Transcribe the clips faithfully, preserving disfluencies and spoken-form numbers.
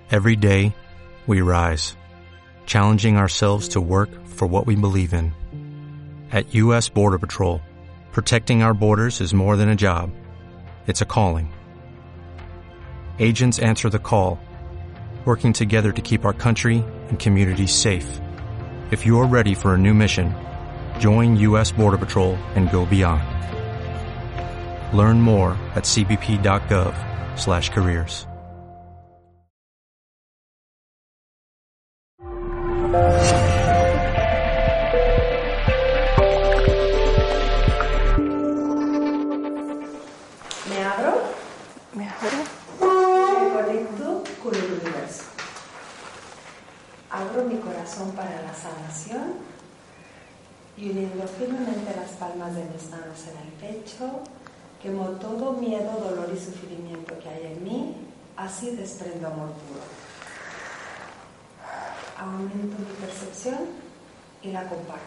Every day, we rise, challenging ourselves to work for what we believe in. At U S Border Patrol, protecting our borders is more than a job. It's a calling. Agents answer the call, working together to keep our country and communities safe. If you're ready for a new mission, join U S Border Patrol and go beyond. Learn more at c b p dot gov slash careers. ¿Me abro? ¿Me abro? Me conecto con el universo. Abro mi corazón para la sanación y uniendo firmemente las palmas de mis manos en el pecho, quemo todo miedo, dolor y sufrimiento que hay en mí, así desprendo amor puro. Aumento mi percepción y la comparto.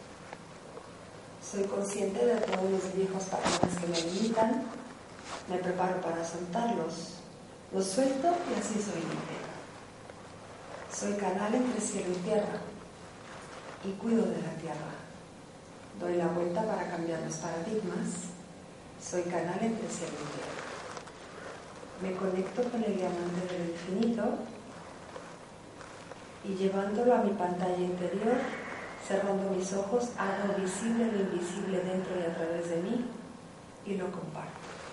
Soy consciente de todos los viejos patrones que me limitan, me preparo para soltarlos, los suelto y así soy libre. Soy canal entre cielo y tierra y cuido de la tierra. Doy la vuelta para cambiar los paradigmas. Soy canal entre cielo y tierra. Me conecto con el diamante del infinito y llevándolo a mi pantalla interior, cerrando mis ojos, hago visible lo invisible dentro y a través de mí y lo comparto.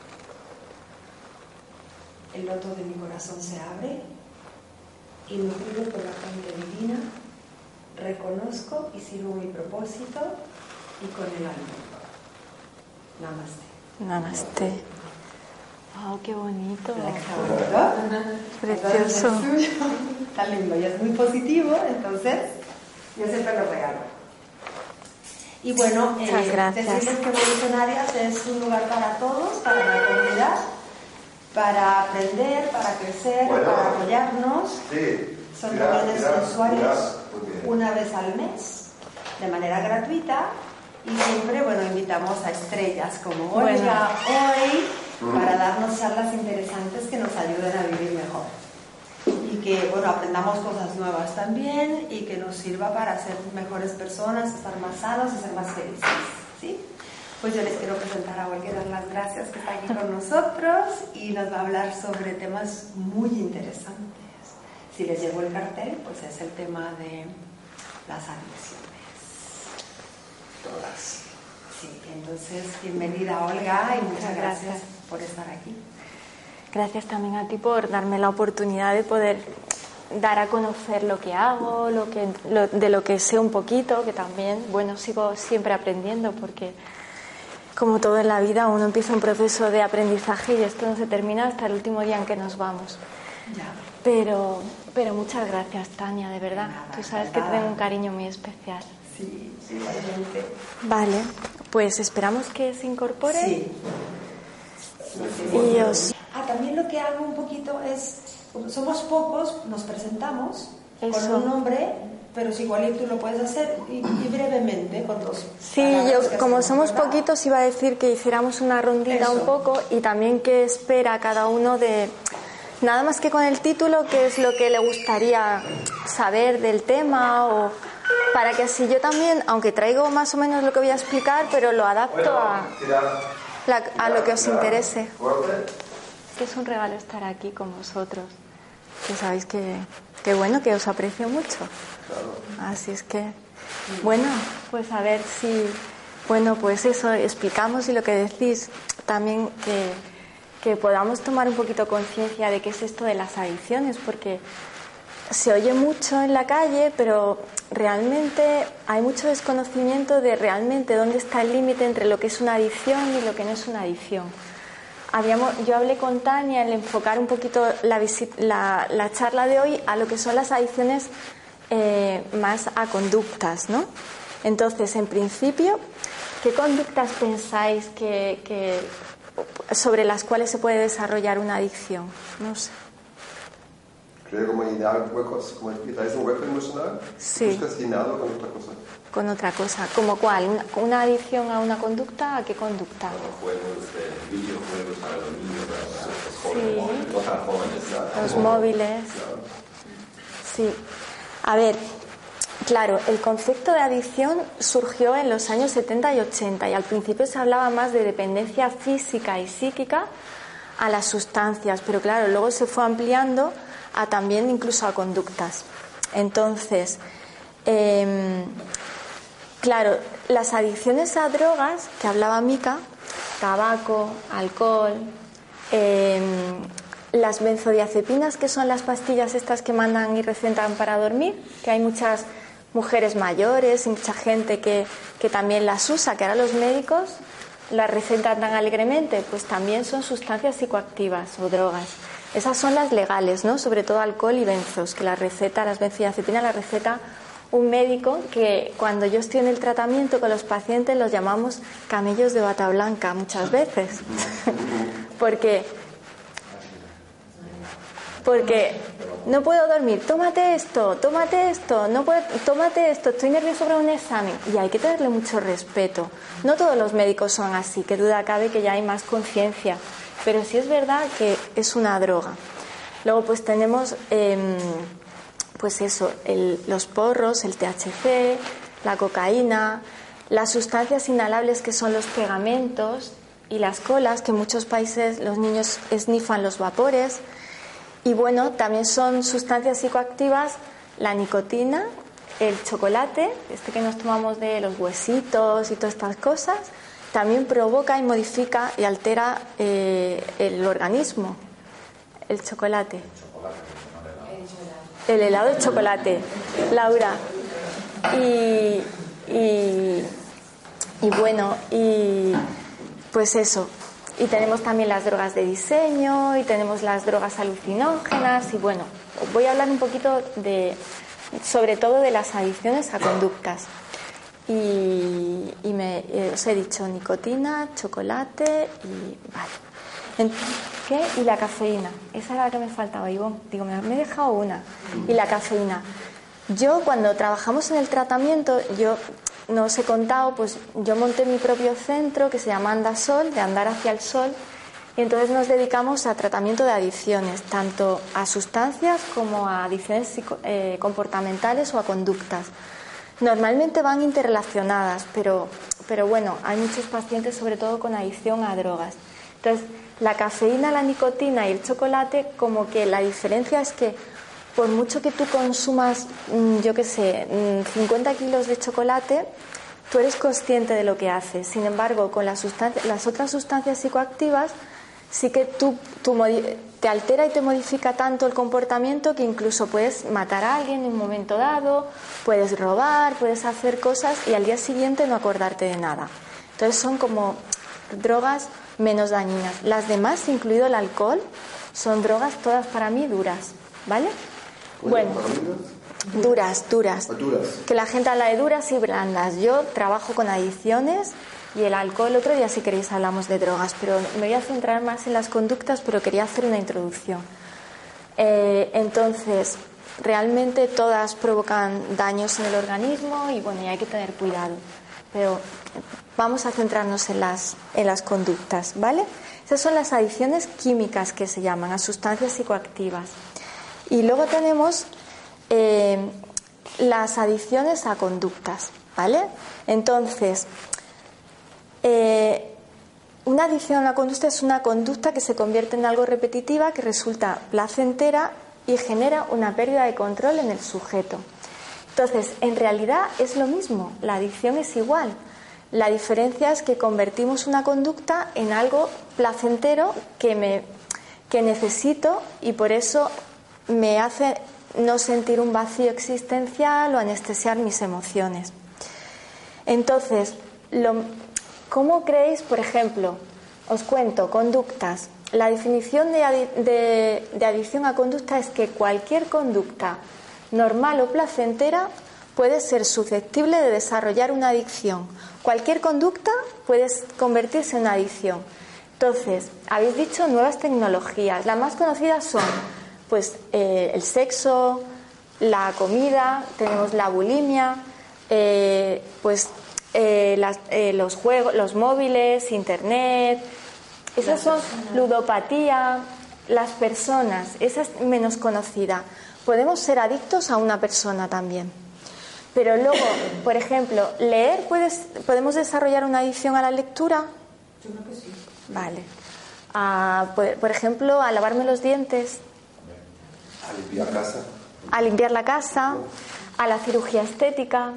El loto de mi corazón se abre y nutrido por la fuente divina, reconozco y sirvo mi propósito y con el alma. Namaste. Namaste. ¡Oh, qué bonito! Precioso. Está lindo y es muy positivo, entonces yo siempre lo regalo. Y bueno, eh, decirles que Evolucionarias es un lugar para todos, para la comunidad, para aprender, para crecer, bueno, para apoyarnos. Sí. Son reuniones mensuales una vez al mes, de manera gratuita, y siempre, bueno, invitamos a estrellas como Olga bueno. hoy, para darnos charlas interesantes que nos ayuden a vivir mejor. Y que, bueno, aprendamos cosas nuevas también y que nos sirva para ser mejores personas, estar más sanos y ser más felices, ¿sí? Pues yo les quiero presentar a Olga y dar las gracias que está aquí con nosotros y nos va a hablar sobre temas muy interesantes. Si les llegó el cartel, pues es el tema de las adicciones. Todas. Sí, entonces bienvenida Olga y muchas gracias, gracias por estar aquí. Gracias también a ti por darme la oportunidad de poder dar a conocer lo que hago, lo que, lo, de lo que sé un poquito, que también, bueno, sigo siempre aprendiendo porque, como todo en la vida, uno empieza un proceso de aprendizaje y esto no se termina hasta el último día en que nos vamos. Ya. Pero, pero muchas gracias, Tania, de verdad. Nada, Tú sabes nada. que te tengo un cariño muy especial. Sí, igualmente. Vale, pues esperamos que se incorpore. Sí. Y os... Ah, también lo que hago un poquito es, somos pocos, nos presentamos Eso. con un nombre, pero si igual tú lo puedes hacer y, y brevemente con dos. Sí, yo como somos ¿verdad? poquitos iba a decir que hiciéramos una rondita Eso. un poco y también que espera cada uno de, nada más que con el título, qué es lo que le gustaría saber del tema o para que así yo también, aunque traigo más o menos lo que voy a explicar, pero lo adapto a, la, a lo que os interese. Que es un regalo estar aquí con vosotros, que sabéis que, que bueno, que os aprecio mucho. Así es que, bueno, pues a ver si, bueno, pues eso, explicamos y lo que decís, también que, que podamos tomar un poquito conciencia de qué es esto de las adicciones, porque se oye mucho en la calle, pero realmente hay mucho desconocimiento de realmente dónde está el límite entre lo que es una adicción y lo que no es una adicción. Habíamos, yo hablé con Tania en enfocar un poquito la, la, la charla de hoy a lo que son las adicciones eh, más a conductas, ¿no? Entonces, en principio, ¿qué conductas pensáis que, que, sobre las cuales se puede desarrollar una adicción? No sé. Creo como ideal, huecos, como traes un hueco emocional, sí. buscas llenarlo con otra cosa. Con otra cosa, ¿como cuál? ¿Una, una adicción a una conducta? ¿A qué conducta? Los juegos de videojuegos para los niños, para los sí. jóvenes, los jóvenes, los móviles. Claro. Sí. A ver, claro, el concepto de adicción surgió en los años setenta y ochenta y al principio se hablaba más de dependencia física y psíquica a las sustancias, pero claro, luego se fue ampliando a también incluso a conductas. Entonces, eh, claro, las adicciones a drogas que hablaba Mika, tabaco, alcohol, eh, las benzodiazepinas, que son las pastillas estas que mandan y recetan para dormir, que hay muchas mujeres mayores y mucha gente que, que también las usa, que ahora los médicos las recetan tan alegremente, pues también son sustancias psicoactivas o drogas. Esas son las legales, ¿no? Sobre todo alcohol y benzos, que la receta, las benzodiazepinas las receta un médico, que cuando yo estoy en el tratamiento con los pacientes los llamamos camellos de bata blanca muchas veces. porque porque no puedo dormir, tómate esto, tómate esto, no puedo, tómate esto, estoy nervioso sobre un examen. Y hay que tenerle mucho respeto. No todos los médicos son así, que duda cabe que ya hay más conciencia, pero sí es verdad que es una droga. Luego pues tenemos eh, pues eso, el, los porros, el T H C, la cocaína, las sustancias inhalables que son los pegamentos y las colas, que en muchos países los niños esnifan los vapores. Y bueno, también son sustancias psicoactivas la nicotina, el chocolate, este que nos tomamos de los huesitos y todas estas cosas, también provoca y modifica y altera eh, el organismo. El chocolate. El helado de chocolate, Laura. Y, y, y bueno, y pues eso. Y tenemos también las drogas de diseño y tenemos las drogas alucinógenas y bueno, voy a hablar un poquito de, sobre todo de las adicciones a conductas. Y, y me, eh, os he dicho nicotina, chocolate y vale. ¿Qué? Y la cafeína. Esa era la que me faltaba, Ivonne. Digo, me, me he dejado una. Y la cafeína. Yo cuando trabajamos en el tratamiento, yo no os he contado, pues yo monté mi propio centro que se llama Andasol, de andar hacia el sol, y entonces nos dedicamos a tratamiento de adicciones, tanto a sustancias como a adicciones psico, eh, comportamentales o a conductas. Normalmente van interrelacionadas, pero, pero bueno, hay muchos pacientes sobre todo con adicción a drogas. Entonces, la cafeína, la nicotina y el chocolate, como que la diferencia es que por mucho que tú consumas, yo qué sé, cincuenta kilos de chocolate, tú eres consciente de lo que haces. Sin embargo, con las, sustancias, las otras sustancias psicoactivas, sí que tú, tú te altera y te modifica tanto el comportamiento que incluso puedes matar a alguien en un momento dado, puedes robar, puedes hacer cosas y al día siguiente no acordarte de nada. Entonces son como drogas menos dañinas. Las demás, incluido el alcohol, son drogas todas para mí duras, ¿vale? Bueno, duras, duras. duras. Que la gente habla de duras y blandas. Yo trabajo con adicciones y el alcohol, otro día si queréis hablamos de drogas, pero me voy a centrar más en las conductas, pero quería hacer una introducción. Eh, entonces, realmente todas provocan daños en el organismo y bueno, y hay que tener cuidado. Pero vamos a centrarnos en las, en las conductas, ¿vale? Esas son las adicciones químicas que se llaman, a sustancias psicoactivas. Y luego tenemos eh, las adicciones a conductas, ¿vale? Entonces, eh, una adicción a la conducta es una conducta que se convierte en algo repetitiva, que resulta placentera y genera una pérdida de control en el sujeto. Entonces, en realidad es lo mismo, la adicción es igual. La diferencia es que convertimos una conducta en algo placentero que, me, que necesito y por eso me hace no sentir un vacío existencial o anestesiar mis emociones. Entonces, lo, ¿cómo creéis, por ejemplo? Os cuento, conductas. La definición de, adi- de, de adicción a conducta es que cualquier conducta normal o placentera puede ser susceptible de desarrollar una adicción. Cualquier conducta puede convertirse en una adicción. Entonces, habéis dicho nuevas tecnologías. Las más conocidas son pues eh, el sexo, la comida, tenemos la bulimia, eh, pues eh, las, eh, los juegos, los móviles, internet. Esas son ludopatía, las personas, esa es menos conocida. Podemos ser adictos a una persona también. Pero luego, por ejemplo, ¿leer? ¿Puedes, ¿Podemos desarrollar una adicción a la lectura? Yo creo que sí. Vale. A, por, por ejemplo, a lavarme los dientes. A limpiar casa. A limpiar la casa. A la cirugía estética.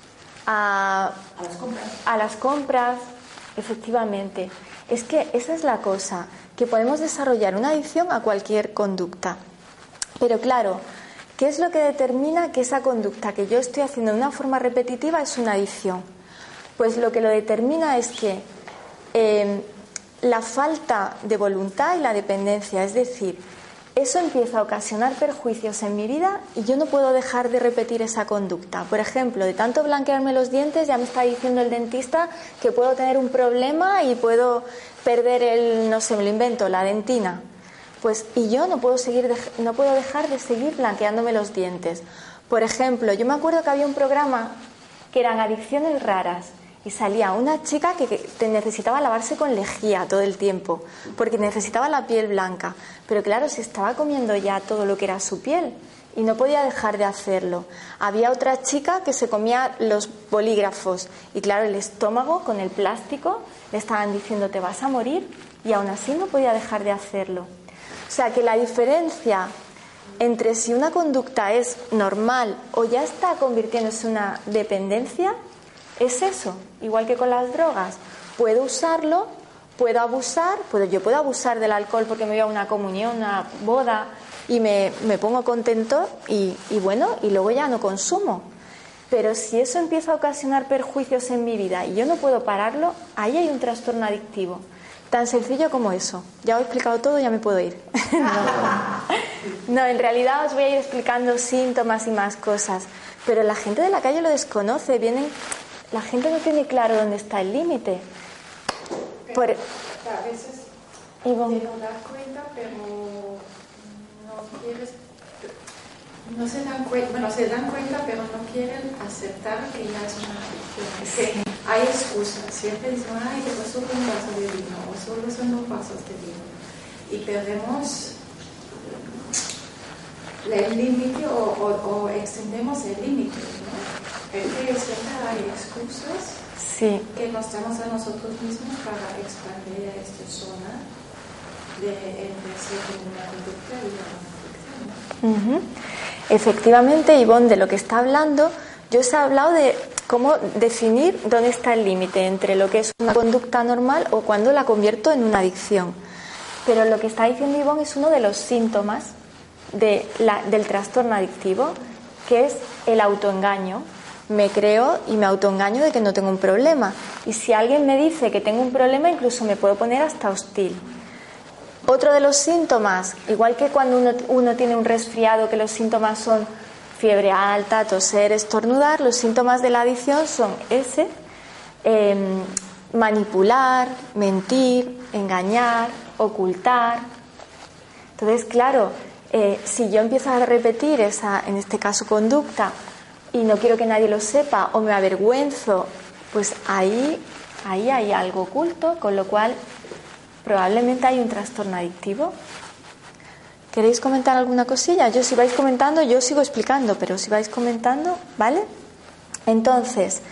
A, a las compras. A las compras, efectivamente. Es que esa es la cosa, que podemos desarrollar una adicción a cualquier conducta. Pero claro, ¿qué es lo que determina que esa conducta que yo estoy haciendo de una forma repetitiva es una adicción? Pues lo que lo determina es que eh, la falta de voluntad y la dependencia, es decir, eso empieza a ocasionar perjuicios en mi vida y yo no puedo dejar de repetir esa conducta. Por ejemplo, de tanto blanquearme los dientes ya me está diciendo el dentista que puedo tener un problema y puedo perder el, no sé, me lo invento, la dentina. Pues, y yo no puedo seguir, no puedo dejar de seguir blanqueándome los dientes. Por ejemplo, yo me acuerdo que había un programa que eran adicciones raras y salía una chica que, que necesitaba lavarse con lejía todo el tiempo porque necesitaba la piel blanca, pero claro, se estaba comiendo ya todo lo que era su piel y no podía dejar de hacerlo. Había otra chica que se comía los bolígrafos y claro, el estómago con el plástico le estaban diciendo te vas a morir y aún así no podía dejar de hacerlo. O sea que la diferencia entre si una conducta es normal o ya está convirtiéndose en una dependencia es eso, igual que con las drogas. Puedo usarlo, puedo abusar, puedo, yo puedo abusar del alcohol porque me voy a una comunión, una boda y me, me pongo contento y, y bueno, y luego ya no consumo. Pero si eso empieza a ocasionar perjuicios en mi vida y yo no puedo pararlo, ahí hay un trastorno adictivo. Tan sencillo como eso. Ya os he explicado todo, ya me puedo ir. no. no, en realidad os voy a ir explicando síntomas y más cosas. Pero la gente de la calle lo desconoce. Vienen, la gente no tiene claro dónde está el límite. Por... A veces y bueno, te lo das cuenta, pero no quieres... No se dan cuenta, bueno, se dan cuenta, pero no quieren aceptar que ya es una adicción. Es que hay excusas. Siempre dicen, ay, que pasó con un vaso de vino, o solo son dos vasos de vino. Y perdemos el límite o, o, o extendemos el límite, ¿no? Es que siempre hay excusas sí. que nos damos a nosotros mismos para expandir a esta zona de entre ser una conducta y una adicción, ¿no? Uh-huh. Efectivamente, Ivonne, de lo que está hablando, yo os he hablado de cómo definir dónde está el límite entre lo que es una conducta normal o cuando la convierto en una adicción. Pero lo que está diciendo Ivonne es uno de los síntomas de la, del trastorno adictivo, que es el autoengaño. Me creo y me autoengaño de que no tengo un problema. Y si alguien me dice que tengo un problema, incluso me puedo poner hasta hostil. Otro de los síntomas, igual que cuando uno, uno tiene un resfriado, que los síntomas son fiebre alta, toser, estornudar, los síntomas de la adicción son ese, eh, manipular, mentir, engañar, ocultar. Entonces, claro, eh, si yo empiezo a repetir esa, en este caso, conducta y no quiero que nadie lo sepa o me avergüenzo, pues ahí, ahí hay algo oculto, con lo cual probablemente hay un trastorno adictivo. ¿Queréis comentar alguna cosilla? Yo, si vais comentando, yo sigo explicando, pero si vais comentando, ¿vale? Entonces,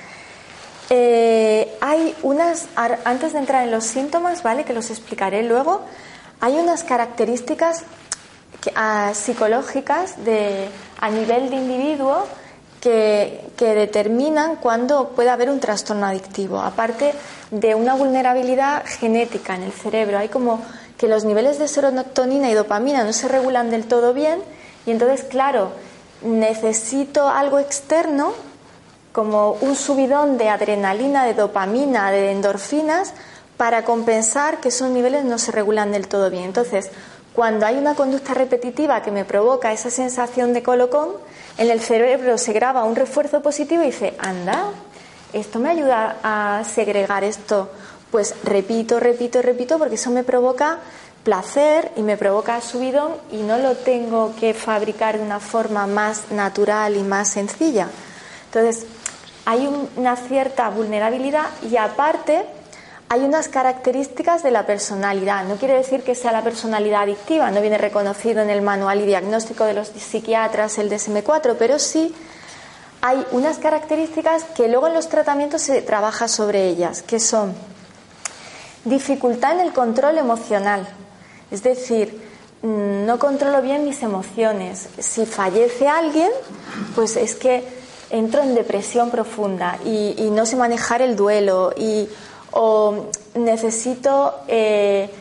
eh, hay unas, antes de entrar en los síntomas, ¿vale?, que los explicaré luego, hay unas características que, a, psicológicas de, a nivel de individuo que, que determinan cuándo puede haber un trastorno adictivo, aparte de una vulnerabilidad genética en el cerebro. Hay como que los niveles de serotonina y dopamina no se regulan del todo bien y entonces, claro, necesito algo externo como un subidón de adrenalina, de dopamina, de endorfinas para compensar que esos niveles no se regulan del todo bien. Entonces, cuando hay una conducta repetitiva que me provoca esa sensación de colocón, en el cerebro se graba un refuerzo positivo y dice, anda, esto me ayuda a segregar esto. Pues repito, repito, repito, porque eso me provoca placer y me provoca subidón y no lo tengo que fabricar de una forma más natural y más sencilla. Entonces, hay una cierta vulnerabilidad y aparte hay unas características de la personalidad. No quiere decir que sea la personalidad adictiva, no viene reconocido en el manual y diagnóstico de los psiquiatras el D S M cuatro, pero sí hay unas características que luego en los tratamientos se trabaja sobre ellas, que son dificultad en el control emocional, es decir, no controlo bien mis emociones. Si fallece alguien, pues es que entro en depresión profunda y, y no sé manejar el duelo, y o necesito eh,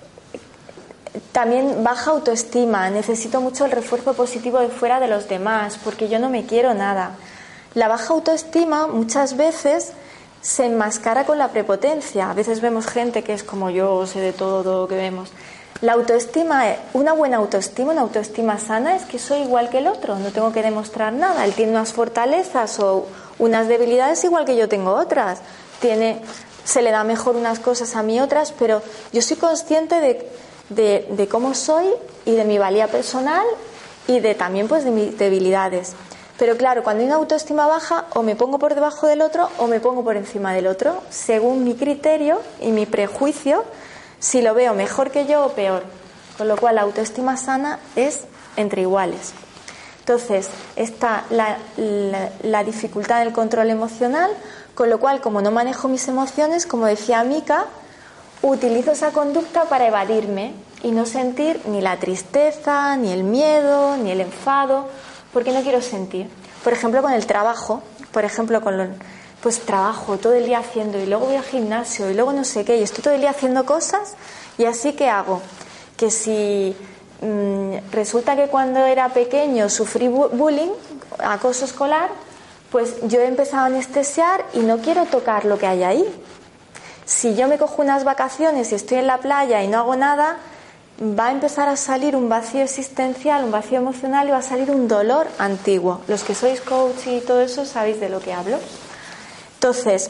también baja autoestima, necesito mucho el refuerzo positivo de fuera de los demás, porque yo no me quiero nada. La baja autoestima muchas veces se enmascara con la prepotencia. A veces vemos gente que es como yo, sé de todo lo que vemos. La autoestima, una buena autoestima, una autoestima sana, es que soy igual que el otro, no tengo que demostrar nada. Él tiene unas fortalezas o unas debilidades igual que yo tengo otras. Tiene, se le da mejor unas cosas a mí otras, pero yo soy consciente de, de, de cómo soy y de mi valía personal y de también pues de mis debilidades. Pero claro, cuando hay una autoestima baja, o me pongo por debajo del otro o me pongo por encima del otro, según mi criterio y mi prejuicio, si lo veo mejor que yo o peor. Con lo cual la autoestima sana es entre iguales. Entonces está la, la, la dificultad del control emocional, con lo cual, como no manejo mis emociones, como decía Mika, utilizo esa conducta para evadirme y no sentir ni la tristeza, ni el miedo, ni el enfado, porque no quiero sentir. Por ejemplo, con el trabajo, por ejemplo, con lo, pues trabajo todo el día haciendo y luego voy al gimnasio y luego no sé qué y estoy todo el día haciendo cosas, y así que hago que si mmm, resulta que cuando era pequeño sufrí bullying, acoso escolar, pues yo he empezado a anestesiar y no quiero tocar lo que hay ahí. Si yo me cojo unas vacaciones y estoy en la playa y no hago nada, va a empezar a salir un vacío existencial, un vacío emocional, y va a salir un dolor antiguo. Los que sois coach y todo eso sabéis de lo que hablo. Entonces,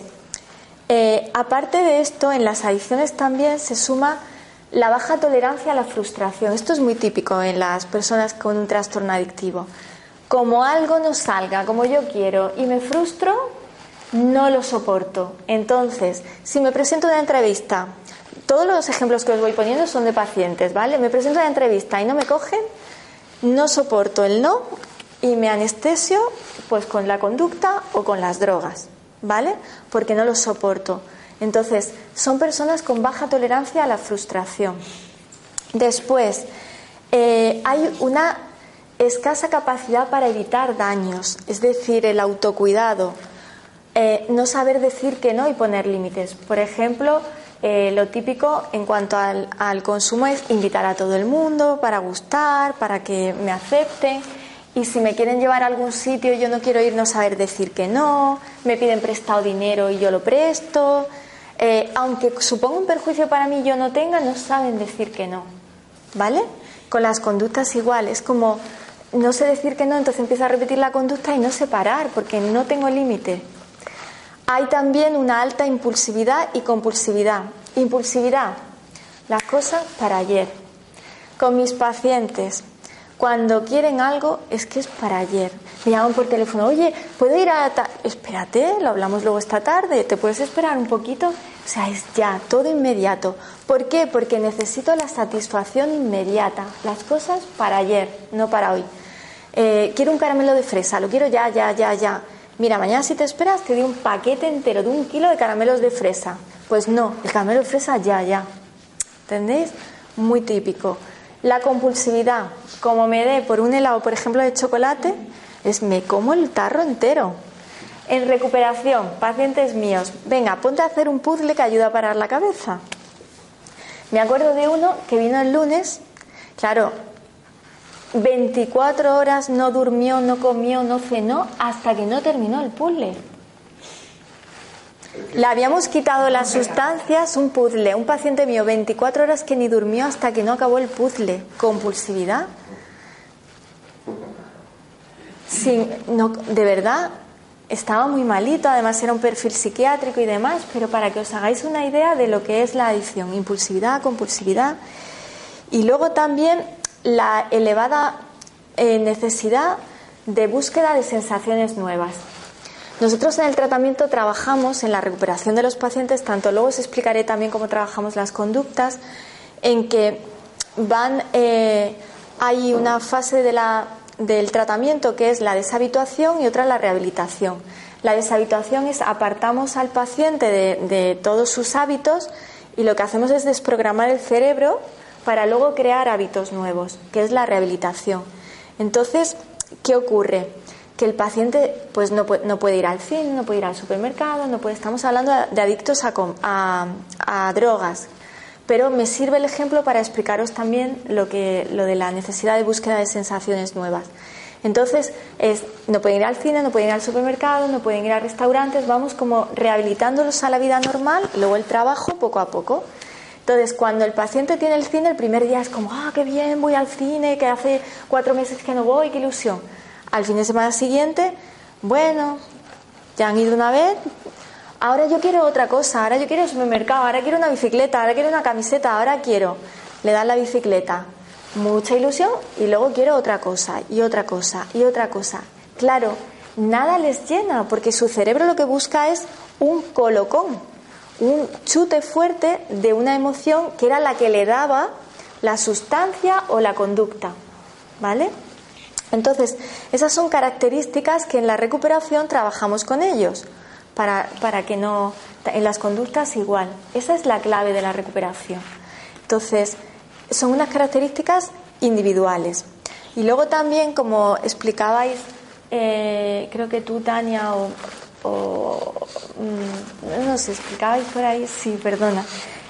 eh, aparte de esto, en las adicciones también se suma la baja tolerancia a la frustración. Esto es muy típico en las personas con un trastorno adictivo. Como algo no salga como yo quiero y me frustro, no lo soporto. Entonces, si me presento a una entrevista, todos los ejemplos que os voy poniendo son de pacientes, ¿vale? Me presento a una entrevista y no me cogen, no soporto el no y me anestesio pues con la conducta o con las drogas, ¿vale? Porque no lo soporto. Entonces, son personas con baja tolerancia a la frustración. Después, eh, hay una escasa capacidad para evitar daños, es decir, el autocuidado, eh, no saber decir que no y poner límites. Por ejemplo, eh, lo típico en cuanto al, al consumo es invitar a todo el mundo para gustar, para que me acepten. Y si me quieren llevar a algún sitio y yo no quiero ir, no saber decir que no, me piden prestado dinero y yo lo presto, eh, aunque suponga un perjuicio para mí yo no tenga, no saben decir que no, ¿vale? Con las conductas igual, es como no sé decir que no, entonces empiezo a repetir la conducta y no sé parar porque no tengo límite. Hay también una alta impulsividad y compulsividad. Impulsividad, las cosas para ayer. Con mis pacientes, cuando quieren algo, es que es para ayer. Me llaman por teléfono, oye, ¿puedo ir a...? Ta-? Espérate, lo hablamos luego esta tarde, ¿te puedes esperar un poquito? O sea, es ya, todo inmediato. ¿Por qué? Porque necesito la satisfacción inmediata. Las cosas para ayer, no para hoy. Eh, quiero un caramelo de fresa, lo quiero ya, ya, ya, ya. Mira, mañana si te esperas te doy un paquete entero de un kilo de caramelos de fresa. Pues no, el caramelo de fresa ya, ya. ¿Entendéis? Muy típico. La compulsividad, como me dé por un helado, por ejemplo, de chocolate, es me como el tarro entero. En recuperación, pacientes míos, venga, ponte a hacer un puzzle que ayuda a parar la cabeza. Me acuerdo de uno que vino el lunes, claro, veinticuatro horas no durmió, no comió, no cenó, hasta que no terminó el puzzle. Le habíamos quitado las sustancias, un puzzle, un paciente mío, veinticuatro horas que ni durmió hasta que no acabó el puzzle. Compulsividad. Sí, no, de verdad, estaba muy malito, además era un perfil psiquiátrico y demás, pero para que os hagáis una idea de lo que es la adicción, impulsividad, compulsividad. Y luego también la elevada eh, necesidad de búsqueda de sensaciones nuevas. Nosotros en el tratamiento trabajamos en la recuperación de los pacientes, tanto luego os explicaré también cómo trabajamos las conductas, en que van, eh, hay una fase de la, del tratamiento que es la deshabituación y otra la rehabilitación. La deshabituación es apartamos al paciente de, de todos sus hábitos y lo que hacemos es desprogramar el cerebro para luego crear hábitos nuevos, que es la rehabilitación. Entonces, ¿qué ocurre? Que el paciente pues no puede, no puede ir al cine, no puede ir al supermercado, no puede, estamos hablando de adictos a, a, a drogas, pero me sirve el ejemplo para explicaros también lo, que, lo de la necesidad de búsqueda de sensaciones nuevas. Entonces, es, no pueden ir al cine, no pueden ir al supermercado, no pueden ir a restaurantes, vamos como rehabilitándolos a la vida normal, luego el trabajo poco a poco. Entonces, cuando el paciente tiene el cine, el primer día es como, ah, qué bien, voy al cine, que hace cuatro meses que no voy, qué ilusión. Al fin de semana siguiente, bueno, ya han ido una vez, ahora yo quiero otra cosa, ahora yo quiero el supermercado, ahora quiero una bicicleta, ahora quiero una camiseta, ahora quiero. Le dan la bicicleta, mucha ilusión, y luego quiero otra cosa, y otra cosa, y otra cosa. Claro, nada les llena, porque su cerebro lo que busca es un colocón, un chute fuerte de una emoción que era la que le daba la sustancia o la conducta, ¿vale? Entonces, esas son características que en la recuperación trabajamos con ellos, para, para que no... En las conductas igual. Esa es la clave de la recuperación. Entonces, son unas características individuales. Y luego también, como explicabais, eh, creo que tú, Tania, o... o no sé, explicabais por ahí, sí, perdona.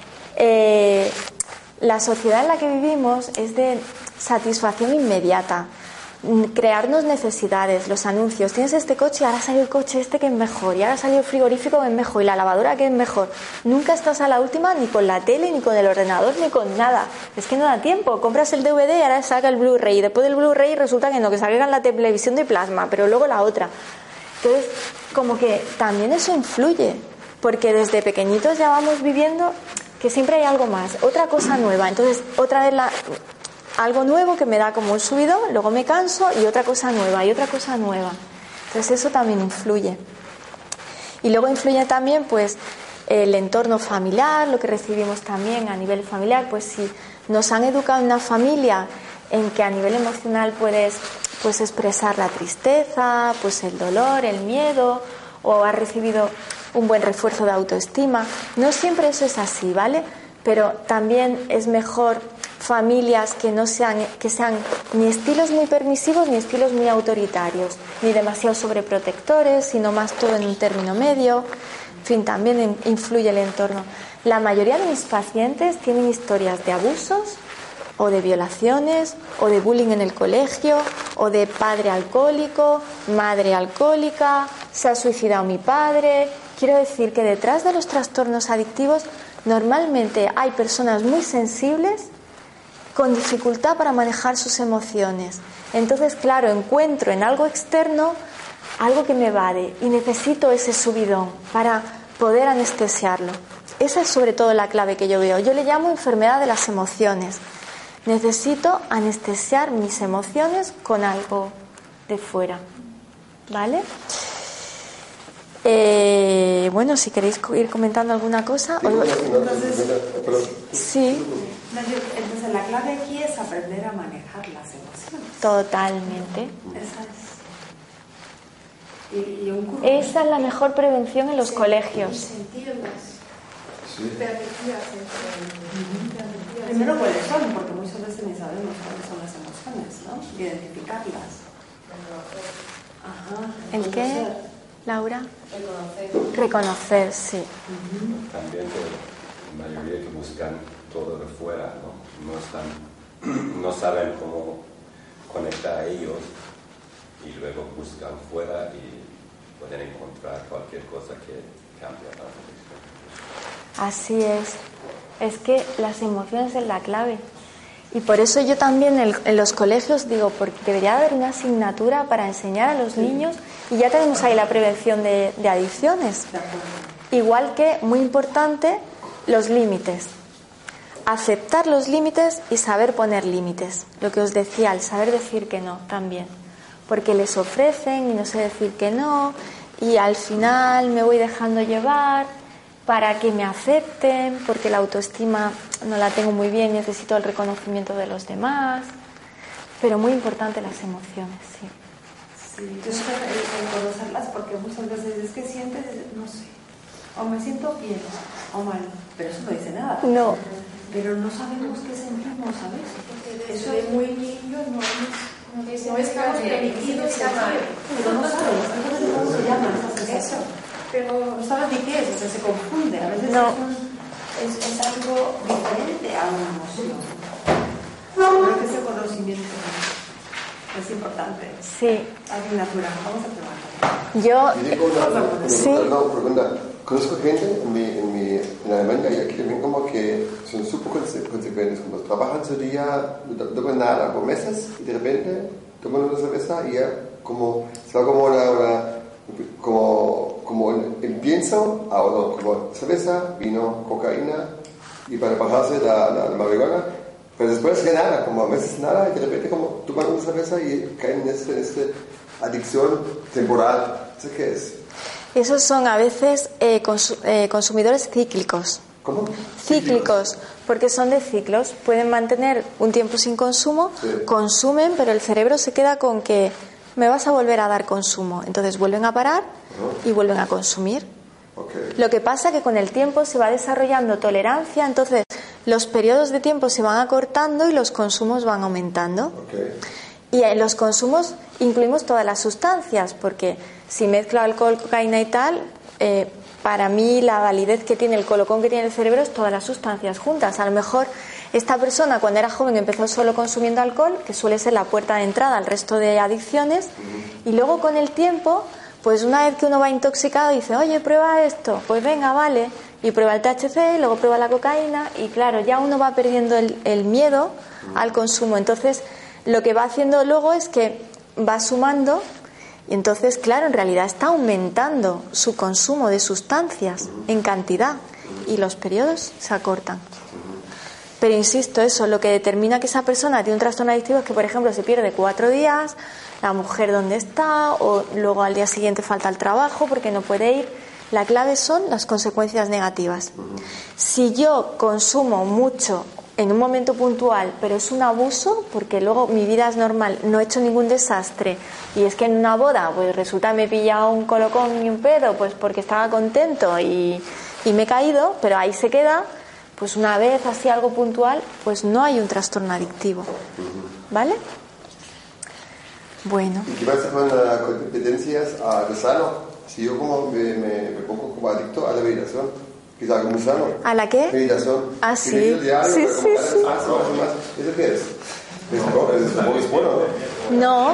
Eh, la sociedad en la que vivimos es de satisfacción inmediata. Crearnos necesidades, los anuncios, tienes este coche y ahora sale el coche este que es mejor, y ahora sale el frigorífico que es mejor, y la lavadora que es mejor. Nunca estás a la última ni con la tele, ni con el ordenador, ni con nada. Es que no da tiempo. Compras el D V D y ahora saca el Blu-ray, y después del Blu-ray resulta que no, que salga en la televisión de plasma, pero luego la otra. Entonces, como que también eso influye, porque desde pequeñitos ya vamos viviendo que siempre hay algo más, otra cosa nueva. Entonces, otra vez la... algo nuevo que me da como un subidón, luego me canso y otra cosa nueva, y otra cosa nueva. Entonces eso también influye. Y luego influye también pues el entorno familiar, lo que recibimos también a nivel familiar, pues si nos han educado en una familia en que a nivel emocional puedes pues expresar la tristeza, pues el dolor, el miedo, o has recibido un buen refuerzo de autoestima. No siempre eso es así, ¿vale? Pero también es mejor familias que no sean, que sean ni estilos muy permisivos ni estilos muy autoritarios, ni demasiado sobreprotectores, sino más todo en un término medio. En fin, también influye el entorno. La mayoría de mis pacientes tienen historias de abusos o de violaciones o de bullying en el colegio o de padre alcohólico, madre alcohólica, se ha suicidado mi padre. Quiero decir que detrás de los trastornos adictivos normalmente hay personas muy sensibles con dificultad para manejar sus emociones. Entonces, claro, encuentro en algo externo algo que me evade y necesito ese subidón para poder anestesiarlo. Esa es sobre todo la clave que yo veo. Yo le llamo enfermedad de las emociones. Necesito anestesiar mis emociones con algo de fuera. ¿Vale? Eh, bueno, si queréis ir comentando alguna cosa. Sí, Entonces, sí. Entonces la clave aquí es aprender a manejar las emociones. Totalmente. Esa es. Y, y un Esa es la mejor prevención en los sí, colegios. Sentirlas. Sí. Permitirlas. Permitirlas. Primero cuáles son, porque muchas veces ni sabemos cuáles son las emociones, ¿no? Identificarlas. Ajá. ¿El qué, Reconocer. Laura? Reconocer. Reconocer, sí. Uh-huh. También que la mayoría que buscan todo de fuera, ¿no? No están, no saben cómo conectar a ellos y luego buscan fuera y pueden encontrar cualquier cosa que cambie la dirección. Así es. Es que las emociones es la clave. Y por eso yo también en, en los colegios digo, porque debería haber una asignatura para enseñar a los niños, y ya tenemos ahí la prevención de, de adicciones. Igual que, muy importante, los límites. Aceptar los límites y saber poner límites. Lo que os decía, el saber decir que no también. Porque les ofrecen y no sé decir que no, y al final me voy dejando llevar para que me acepten, porque la autoestima no la tengo muy bien, necesito el reconocimiento de los demás, pero muy importante las emociones, sí. Sí, yo sé el conocerlas porque muchas veces es que sientes, no sé, o me siento bien o mal, pero eso no dice nada. No. Pero no sabemos qué sentimos, ¿sabes? Porque eso es muy niño, no es, no, es, no estamos permitidos llamar. Pero no sabes, entonces cómo se llama esa sensación. Pero no sabes ni qué es, o sea, se confunde. A veces no. es, un, es, es algo diferente a una emoción. Creo que ese conocimiento es importante. Sí. Algo natural. Vamos a probarlo. Yo. Yo tengo una, una, sí. una pregunta. Conozco gente en, mi, en, mi, en Alemania y aquí también como que son súper consecuentes, como trabajan su día, no toman nada por meses y de repente toman una cerveza y ya como, se va como una, una como, como el, el pienso, ahora como cerveza, vino, cocaína y para bajarse la, la, la marihuana, pero después ya nada, como a veces nada y de repente como toman una cerveza y caen en esta este adicción temporal. ¿Sé qué es? Esos son a veces eh, consu- eh, consumidores cíclicos. ¿Cómo? Cíclicos, porque son de ciclos. Pueden mantener un tiempo sin consumo, sí. Consumen, pero el cerebro se queda con que me vas a volver a dar consumo. Entonces vuelven a parar uh-huh. y vuelven a consumir. Okay. Lo que pasa es que con el tiempo se va desarrollando tolerancia, entonces los periodos de tiempo se van acortando y los consumos van aumentando. Okay. Y en los consumos incluimos todas las sustancias, porque si mezclo alcohol, cocaína y tal, eh, para mí la validez que tiene el colocón que tiene el cerebro es todas las sustancias juntas. A lo mejor esta persona cuando era joven empezó solo consumiendo alcohol, que suele ser la puerta de entrada al resto de adicciones, y luego con el tiempo, pues una vez que uno va intoxicado dice, oye, prueba esto, pues venga, vale, y prueba el T H C, y luego prueba la cocaína, y claro, ya uno va perdiendo el, el miedo al consumo. Entonces lo que va haciendo luego es que va sumando y entonces, claro, en realidad está aumentando su consumo de sustancias en cantidad y los periodos se acortan. Pero insisto, eso, lo que determina que esa persona tiene un trastorno adictivo es que, por ejemplo, se pierde cuatro días, la mujer dónde está, o luego al día siguiente falta el trabajo porque no puede ir. La clave son las consecuencias negativas. Si yo consumo mucho en un momento puntual, pero es un abuso, porque luego mi vida es normal, no he hecho ningún desastre, y es que en una boda pues resulta me he pillado un colocón y un pedo, pues porque estaba contento y, y me he caído, pero ahí se queda, pues una vez así algo puntual, pues no hay un trastorno adictivo. ¿Vale? Bueno. ¿Y qué pasa con las competencias a lo sano? Si yo como me, me, me pongo como adicto a la meditación, que es algo muy sano. ¿A la qué? Meditación. Ah, sí. Diario, sí, sí, sí. Más, más, más. ¿Eso qué es? ¿Es bueno? No.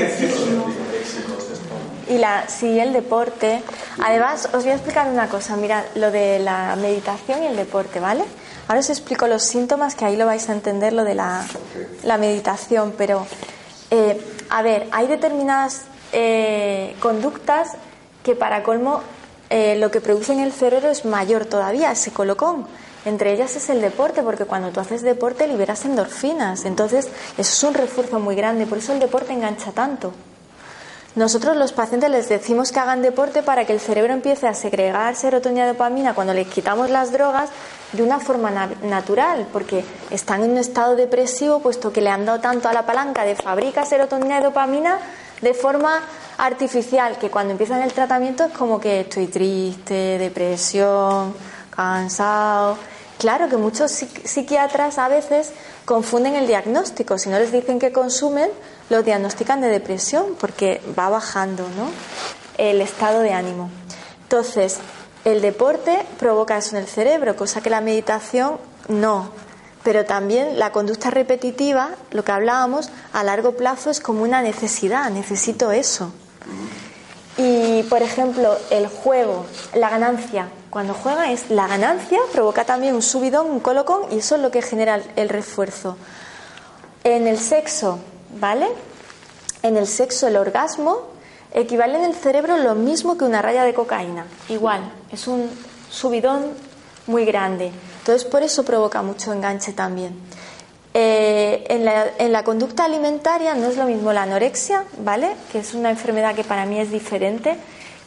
Y la, sí, el deporte. Además, os voy a explicar una cosa. Mira, lo de la meditación y el deporte, ¿vale? Ahora os explico los síntomas, que ahí lo vais a entender, lo de la, okay. la meditación. Pero, eh, a ver, hay determinadas eh, conductas que para colmo eh, lo que produce en el cerebro es mayor todavía, ese colocón. Entre ellas es el deporte, porque cuando tú haces deporte liberas endorfinas. Entonces, eso es un refuerzo muy grande. Por eso el deporte engancha tanto. Nosotros los pacientes les decimos que hagan deporte para que el cerebro empiece a segregar serotonina y dopamina cuando les quitamos las drogas de una forma na- natural, porque están en un estado depresivo puesto que le han dado tanto a la palanca de fabrica serotonina y dopamina de forma artificial, que cuando empiezan el tratamiento es como que estoy triste, depresión, cansado. Claro que muchos psiqui- psiquiatras a veces confunden el diagnóstico. Si no les dicen que consumen, lo diagnostican de depresión porque va bajando, ¿no?, el estado de ánimo. Entonces, el deporte provoca eso en el cerebro, cosa que la meditación no. Pero también la conducta repetitiva, lo que hablábamos, a largo plazo es como una necesidad, necesito eso. Y, por ejemplo, el juego, la ganancia. Cuando juega es la ganancia, provoca también un subidón, un colocón, y eso es lo que genera el, el refuerzo. En el sexo, ¿vale? En el sexo el orgasmo equivale en el cerebro lo mismo que una raya de cocaína. Igual, es un subidón muy grande. Entonces, por eso provoca mucho enganche también. Eh, en, la, en la conducta alimentaria no es lo mismo la anorexia, ¿vale?, que es una enfermedad que para mí es diferente,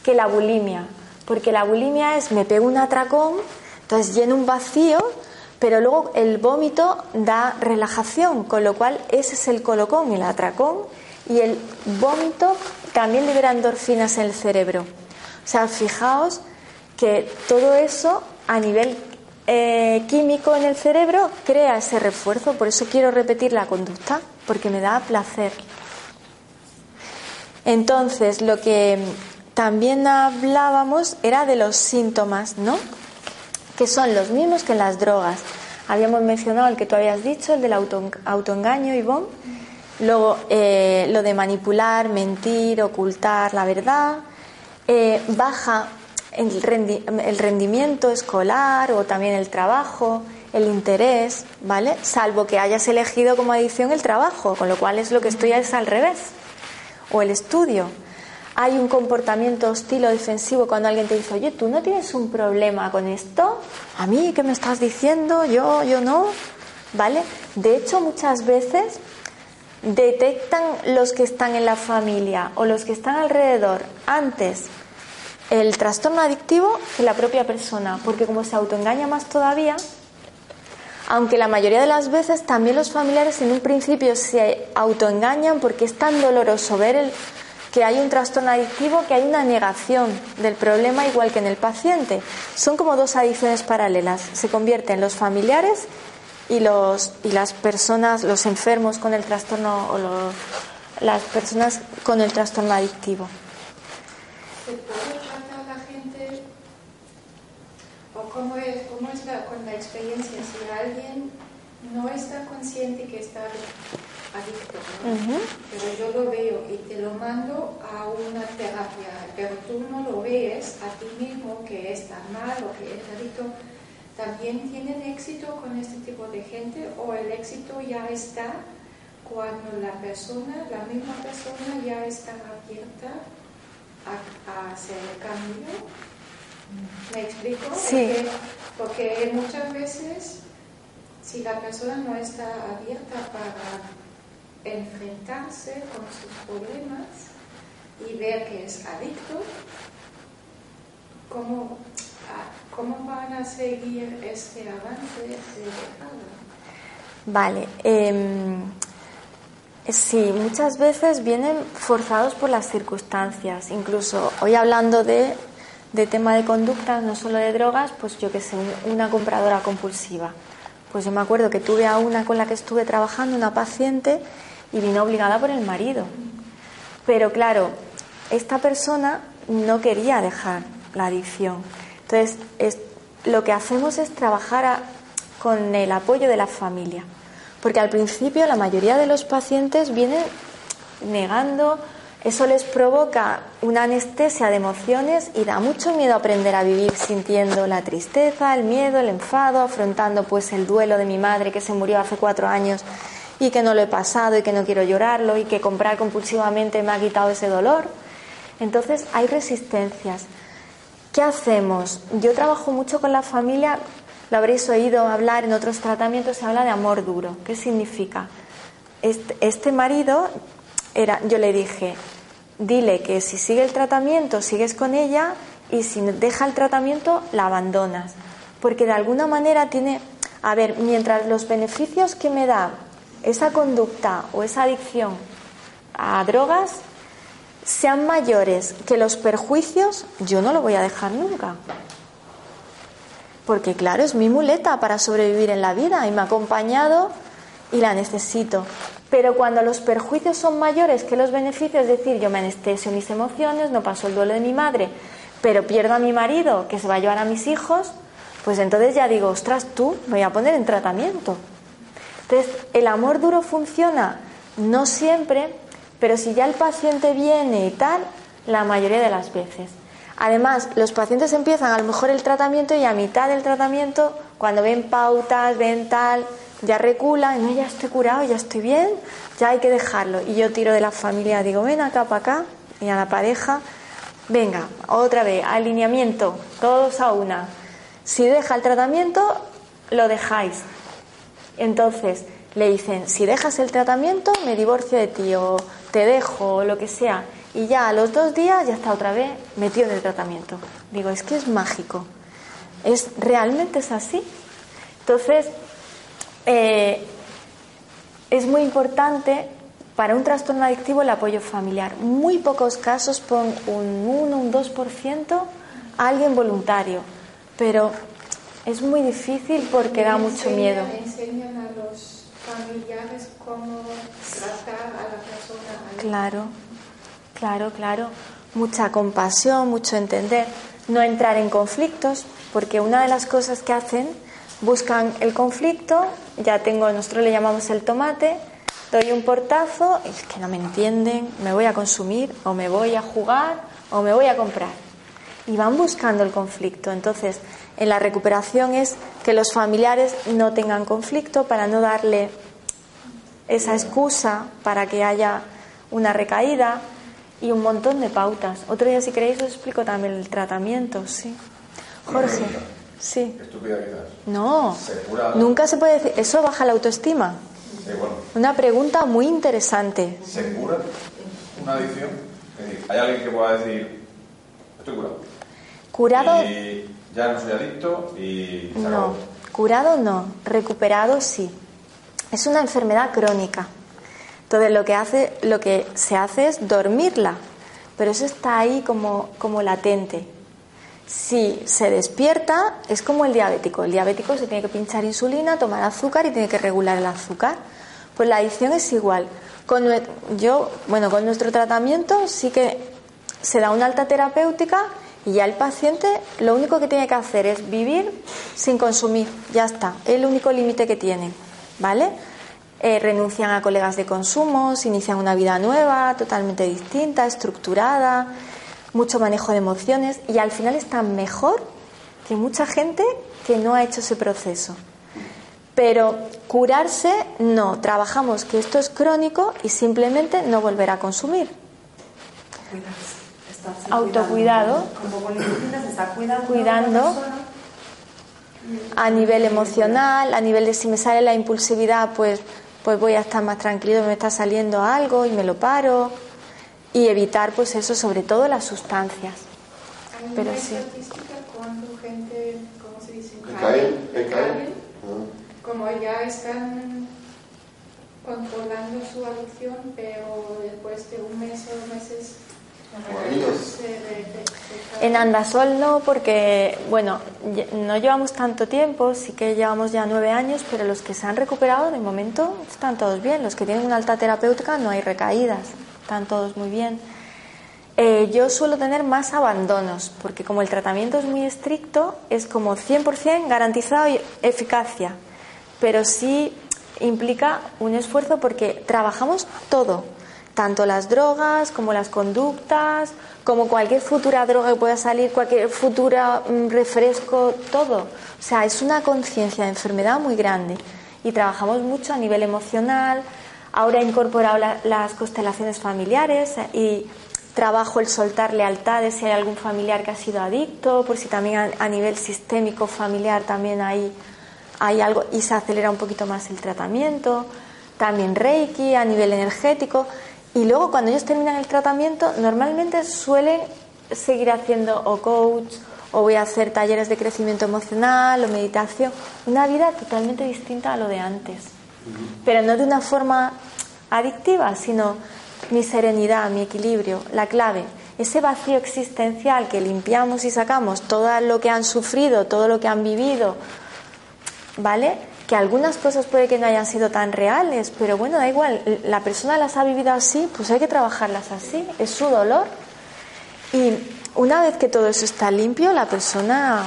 que la bulimia, porque la bulimia es me pego un atracón, entonces lleno un vacío, pero luego el vómito da relajación, con lo cual ese es el colocón, el atracón, y el vómito también libera endorfinas en el cerebro. O sea, fijaos que todo eso a nivel eh, químico en el cerebro crea ese refuerzo. Por eso quiero repetir la conducta, porque me da placer. Entonces, lo que también hablábamos era de los síntomas, ¿no? Que son los mismos que en las drogas. Habíamos mencionado el que tú habías dicho, el del auto, autoengaño, Ivonne. Luego, eh, lo de manipular, mentir, ocultar la verdad. Eh, baja el, rendi el rendimiento escolar o también el trabajo, el interés, ¿vale? Salvo que hayas elegido como adicción el trabajo, con lo cual es lo que estoy es al revés. O el estudio. Hay un comportamiento hostil o defensivo cuando alguien te dice, oye, ¿tú no tienes un problema con esto? ¿A mí qué me estás diciendo? Yo, yo no, ¿vale? De hecho, muchas veces detectan los que están en la familia o los que están alrededor antes el trastorno adictivo que la propia persona, porque como se autoengaña más todavía, aunque la mayoría de las veces también los familiares en un principio se autoengañan porque es tan doloroso ver el, que hay un trastorno adictivo, que hay una negación del problema igual que en el paciente. Son como dos adicciones paralelas, se convierten los familiares y, los, y las personas, los enfermos con el trastorno o los, las personas con el trastorno adictivo. ¿Se puede tratar a la gente o cómo es, cómo es la, con la experiencia? Si alguien no está consciente que está adicto, ¿no? Uh-huh. Pero yo lo veo y te lo mando a una terapia, pero tú no lo ves a ti mismo que está mal o que es adicto. ¿También tienen éxito con este tipo de gente o el éxito ya está cuando la persona, la misma persona ya está abierta a, a hacer el cambio? ¿Me explico? Sí. Porque, porque muchas veces si la persona no está abierta para enfrentarse con sus problemas y ver que es adicto, ¿cómo, cómo van a seguir este avance de dejada? Vale. Eh, sí, muchas veces vienen forzados por las circunstancias. Incluso hoy hablando de, de tema de conductas, no solo de drogas, pues yo que sé, una compradora compulsiva. Pues yo me acuerdo que tuve a una con la que estuve trabajando, una paciente, y vino obligada por el marido. Pero claro, esta persona no quería dejar la adicción. Entonces, es, lo que hacemos es trabajar a, con el apoyo de la familia. Porque al principio la mayoría de los pacientes vienen negando, eso les provoca una anestesia de emociones y da mucho miedo aprender a vivir sintiendo la tristeza, el miedo, el enfado, afrontando pues el duelo de mi madre que se murió hace cuatro años y que no lo he pasado y que no quiero llorarlo y que comprar compulsivamente me ha quitado ese dolor. Entonces hay resistencias. ¿Qué hacemos? Yo trabajo mucho con la familia, lo habréis oído hablar en otros tratamientos, se habla de amor duro. ¿Qué significa? Este, este marido, era, yo le dije, dile que si sigue el tratamiento sigues con ella y si deja el tratamiento la abandonas. Porque de alguna manera tiene, a ver, mientras los beneficios que me da esa conducta o esa adicción a drogas sean mayores que los perjuicios, yo no lo voy a dejar nunca. Porque claro, es mi muleta para sobrevivir en la vida y me ha acompañado y la necesito. Pero cuando los perjuicios son mayores que los beneficios, es decir, yo me anestesio mis emociones, no paso el duelo de mi madre, pero pierdo a mi marido que se va a llevar a mis hijos, pues entonces ya digo, ostras, tú, me voy a poner en tratamiento. Entonces, el amor duro funciona, no siempre, pero si ya el paciente viene y tal, la mayoría de las veces. Además, los pacientes empiezan a lo mejor el tratamiento y a mitad del tratamiento, cuando ven pautas, ven tal, ya reculan, no, ya estoy curado, ya estoy bien, ya hay que dejarlo. Y yo tiro de la familia, digo, ven acá para acá, y a la pareja, venga, otra vez, alineamiento, todos a una. Si deja el tratamiento, lo dejáis. Entonces le dicen, si dejas el tratamiento me divorcio de ti o te dejo o lo que sea, y ya a los dos días ya está otra vez metido en el tratamiento. Digo, es que es mágico. Es, realmente es así. Entonces, eh, es muy importante para un trastorno adictivo el apoyo familiar. Muy pocos casos, pon un uno, un dos por ciento, a alguien voluntario, pero es muy difícil porque da mucho miedo. ¿Enseñan a los familiares cómo tratar a la persona? Claro, claro, claro. Mucha compasión, mucho entender. No entrar en conflictos, porque una de las cosas que hacen, buscan el conflicto, ya tengo, nosotros le llamamos el tomate, doy un portazo, es que no me entienden, me voy a consumir, o me voy a jugar, o me voy a comprar. Y van buscando el conflicto. Entonces, en la recuperación es que los familiares no tengan conflicto para no darle esa excusa para que haya una recaída y un montón de pautas. Otro día, si queréis, os explico también el tratamiento, sí. Jorge, sí. Estúpida quizás. No, ¿Se cura? Nunca se puede decir. Eso baja la autoestima. Sí, bueno. Una pregunta muy interesante. ¿Se cura una adicción? Es decir, ¿hay alguien que pueda decir, estoy curado? Curado. Y ya no soy adicto y se No, acabó. curado no, recuperado sí. Es una enfermedad crónica. Entonces lo que hace, lo que se hace es dormirla, pero eso está ahí como, como latente. Si se despierta, es como el diabético. El diabético se tiene que pinchar insulina, tomar azúcar y tiene que regular el azúcar. Pues la adicción es igual. Con, yo, bueno, con nuestro tratamiento sí que se da una alta terapéutica y ya el paciente lo único que tiene que hacer es vivir sin consumir. Ya está, es el único límite que tiene, ¿vale? Eh, renuncian a colegas de consumo, se inician una vida nueva, totalmente distinta, estructurada, mucho manejo de emociones y al final están mejor que mucha gente que no ha hecho ese proceso. Pero curarse, no. Trabajamos que esto es crónico y simplemente no volver a consumir. Autocuidado. Como con disciplina se está cuidando. Cuidando. A nivel emocional, a nivel de si me sale la impulsividad, pues, pues voy a estar más tranquilo, me está saliendo algo y me lo paro. Y evitar, pues eso, sobre todo las sustancias. Hay Pero una sí. estadística cuando gente, ¿cómo se dice? Recaen, recaen. Recaen. Como ya están controlando su adicción, pero después de un mes o dos meses se re- re- En Andasol no, porque, bueno, no llevamos tanto tiempo, sí que llevamos ya nueve años, pero los que se han recuperado de momento están todos bien. Los que tienen una alta terapéutica no hay recaídas, están todos muy bien. Eh, yo suelo tener más abandonos, porque como el tratamiento es muy estricto, es como cien por ciento garantizado y eficacia, pero sí implica un esfuerzo porque trabajamos todo, tanto las drogas como las conductas, como cualquier futura droga que pueda salir, cualquier futura mm, refresco, todo. O sea, es una conciencia de enfermedad muy grande y trabajamos mucho a nivel emocional. Ahora he incorporado la, las constelaciones familiares y trabajo el soltar lealtades si hay algún familiar que ha sido adicto, por si también a, a nivel sistémico familiar también hay, hay algo y se acelera un poquito más el tratamiento. También Reiki a nivel energético. Y luego cuando ellos terminan el tratamiento normalmente suelen seguir haciendo o coach o voy a hacer talleres de crecimiento emocional o meditación, una vida totalmente distinta a lo de antes, pero no de una forma adictiva, sino mi serenidad, mi equilibrio, la clave, ese vacío existencial que limpiamos y sacamos todo lo que han sufrido, todo lo que han vivido, ¿vale? Que algunas cosas puede que no hayan sido tan reales, pero bueno, da igual, la persona las ha vivido así, pues hay que trabajarlas así, es su dolor. Y una vez que todo eso está limpio, la persona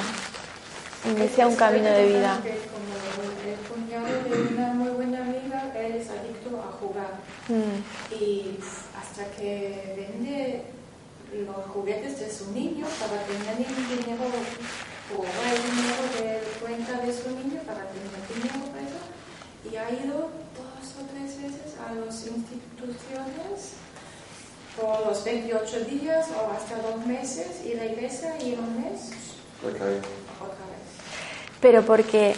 inicia un camino de vida. Como el cuñado de una muy buena amiga, él es adicto a jugar. Mm. Y hasta que vende los juguetes de su niño para tener dinero, o el dinero de cuenta de su niño para tener dinero para eso, y ha ido dos o tres veces a las instituciones por los veintiocho días o hasta dos meses y regresa y en un mes Okay. otra vez. Pero porque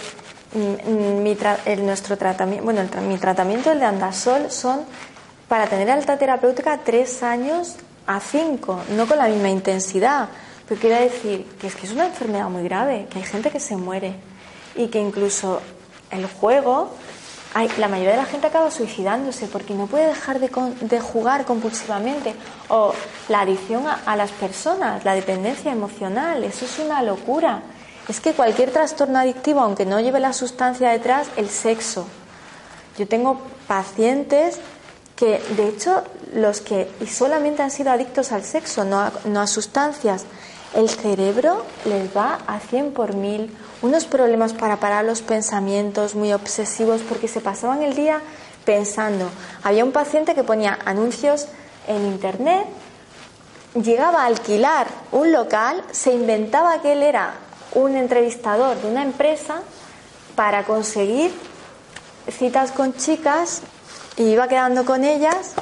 mm, mi tra- el, nuestro tratamiento, bueno, el tra- mi tratamiento, el de Andasol, son para tener alta terapéutica tres años a cinco, no con la misma intensidad, pero quiero decir que es que es una enfermedad muy grave, que hay gente que se muere y que incluso el juego, hay, la mayoría de la gente acaba suicidándose porque no puede dejar de, de jugar compulsivamente, o la adicción a, a las personas, la dependencia emocional, eso es una locura. Es que cualquier trastorno adictivo, aunque no lleve la sustancia detrás, el sexo. Yo tengo pacientes que, de hecho, los que y solamente han sido adictos al sexo, no a, no a sustancias, el cerebro les va a cien por mil, unos problemas para parar los pensamientos muy obsesivos porque se pasaban el día pensando. Había un paciente que ponía anuncios en internet, llegaba a alquilar un local, se inventaba que él era un entrevistador de una empresa para conseguir citas con chicas y iba quedando con ellas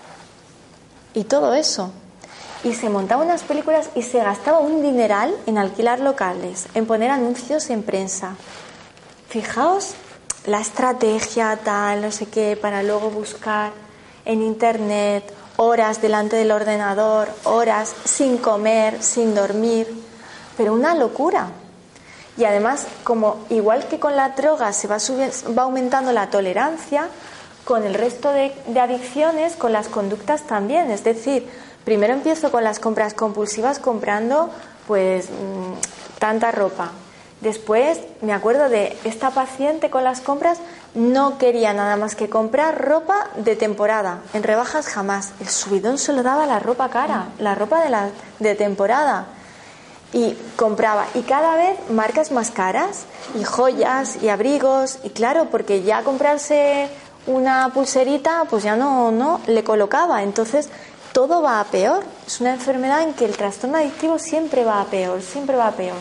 y todo eso. Y se montaba unas películas y se gastaba un dineral en alquilar locales, en poner anuncios en prensa. Fijaos la estrategia tal, no sé qué, para luego buscar en internet, horas delante del ordenador, horas sin comer, sin dormir, pero una locura. Y además, como igual que con la droga se va, subi- va aumentando la tolerancia, con el resto de, de adicciones, con las conductas también, es decir, primero empiezo con las compras compulsivas comprando pues mmm, tanta ropa. Después me acuerdo de esta paciente con las compras, no quería nada más que comprar ropa de temporada, en rebajas jamás. El subidón se lo daba la ropa cara, la ropa de, la, de temporada. Y compraba, y cada vez marcas más caras, y joyas, y abrigos, y claro, porque ya comprarse una pulserita, pues ya no, no le colocaba. Entonces todo va a peor. Es una enfermedad en que el trastorno adictivo siempre va a peor, siempre va a peor.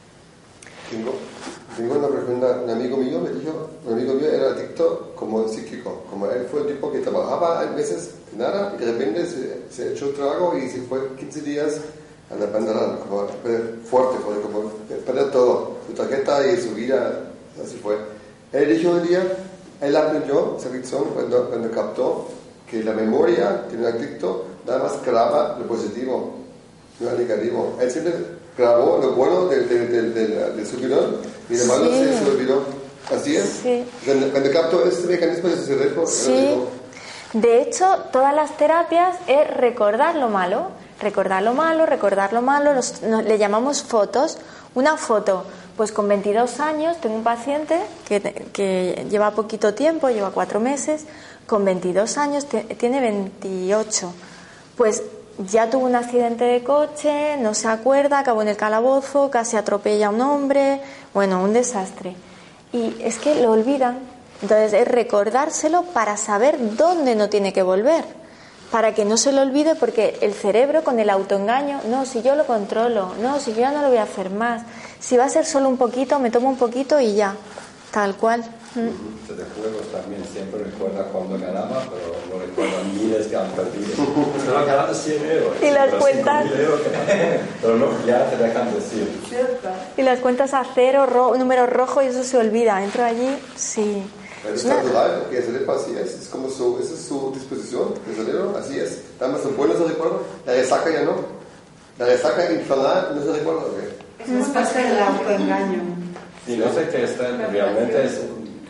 Tengo, tengo una pregunta. Un amigo mío me dijo, un amigo mío era adicto como psíquico, como él fue el tipo que trabajaba a veces nada y de repente se, se echó trago y se fue quince días a la bandera, como fuerte, fue como perder todo, su tarjeta y su vida, así fue. Él dijo un día, él aprendió esa adicción cuando, cuando captó que la memoria de un adicto nada más graba lo positivo, no lo negativo. Él siempre grabó lo bueno del, del, del, del, del subidón y lo malo sí. se, se olvidó. Así es. Sí. Cuando, cuando captó este mecanismo de su cerebro, sí. De hecho, todas las terapias es recordar lo malo, recordar lo malo, recordar lo malo, los, no, le llamamos fotos. Una foto, pues con veintidós años, tengo un paciente que, que lleva poquito tiempo, lleva cuatro meses, con veintidós años, te, tiene veintiocho, pues ya tuvo un accidente de coche, no se acuerda, acabó en el calabozo, casi atropella a un hombre, bueno, un desastre. Y es que lo olvidan, entonces es recordárselo para saber dónde no tiene que volver, para que no se lo olvide, porque el cerebro con el autoengaño, no, si yo lo controlo, no, si yo ya no lo voy a hacer más, si va a ser solo un poquito, me tomo un poquito y ya, tal cual. Mm. De juegos también siempre recuerda cuando ganaba, pero no recuerda miles que han perdido. Pero han ganado cien euros. Y las cuentas. Pero no, ya te dejan decir. Y las cuentas a cero, ro, número rojo, y eso se olvida. Entro allí, sí. Pero es natural, porque el cerebro así es, es como su, esa es su disposición, el cerebro así es. Además, lo bueno se recuerda, la resaca ya no. La resaca infernal no se recuerda. Eso es parte del autoengaño. Y no sé qué está, realmente es,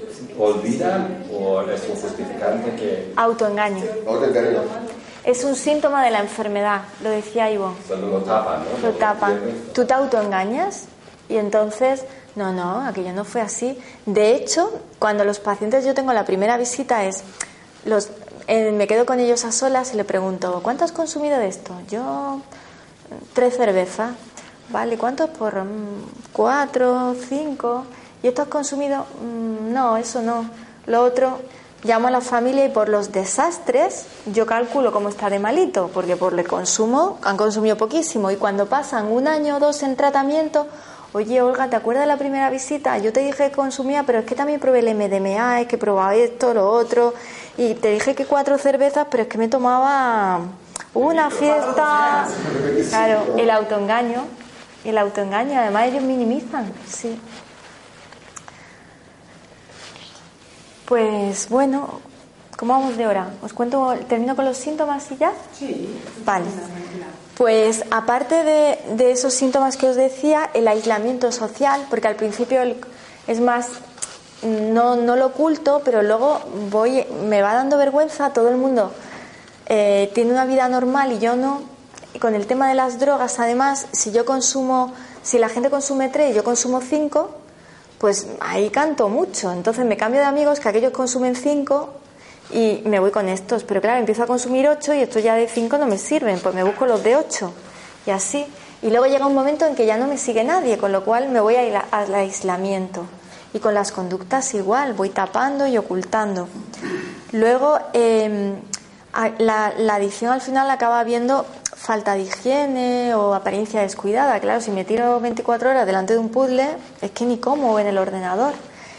olvidan o es un justificante que... Autoengaño. Autoengaño. Es un síntoma de la enfermedad, lo decía Ivonne. Solo lo tapan, ¿no? Lo tapan. Tú te autoengañas y entonces... No, no, aquello no fue así. De hecho, cuando los pacientes, yo tengo la primera visita, es los, eh, me quedo con ellos a solas y le pregunto, ¿cuánto has consumido de esto? Yo, tres cervezas. Vale, ¿cuántos por? Mm, cuatro, cinco. ¿Y esto has consumido? Mm, no, eso no. Lo otro, llamo a la familia y por los desastres yo calculo cómo está de malito, porque por el consumo han consumido poquísimo y cuando pasan un año o dos en tratamiento... Oye, Olga, ¿te acuerdas de la primera visita? Yo te dije que consumía, pero es que también probé el M D M A, es que probaba esto, lo otro, y te dije que cuatro cervezas, pero es que me tomaba una fiesta. Claro, el autoengaño, el autoengaño, además ellos minimizan, sí. Pues bueno, ¿Cómo vamos de hora? ¿Os cuento, termino con los síntomas y ya? Sí. Vale. Pues aparte de, de esos síntomas que os decía, el aislamiento social, porque al principio el, es más, no, no lo oculto, pero luego voy, me va dando vergüenza, todo el mundo eh, tiene una vida normal y yo no. Y con el tema de las drogas, además, si yo consumo, si la gente consume tres y yo consumo cinco, pues ahí canto mucho. Entonces me cambio de amigos, que aquellos consumen cinco y me voy con estos. Pero claro, empiezo a consumir ocho y estos ya de cinco no me sirven, pues me busco los de ocho y así. Y luego llega un momento en que ya no me sigue nadie, con lo cual me voy al aislamiento. Y con las conductas igual, voy tapando y ocultando. Luego, eh, la, la adicción al final acaba viendo falta de higiene o apariencia descuidada. Claro, si me tiro veinticuatro horas delante de un puzzle, es que ni como en el ordenador.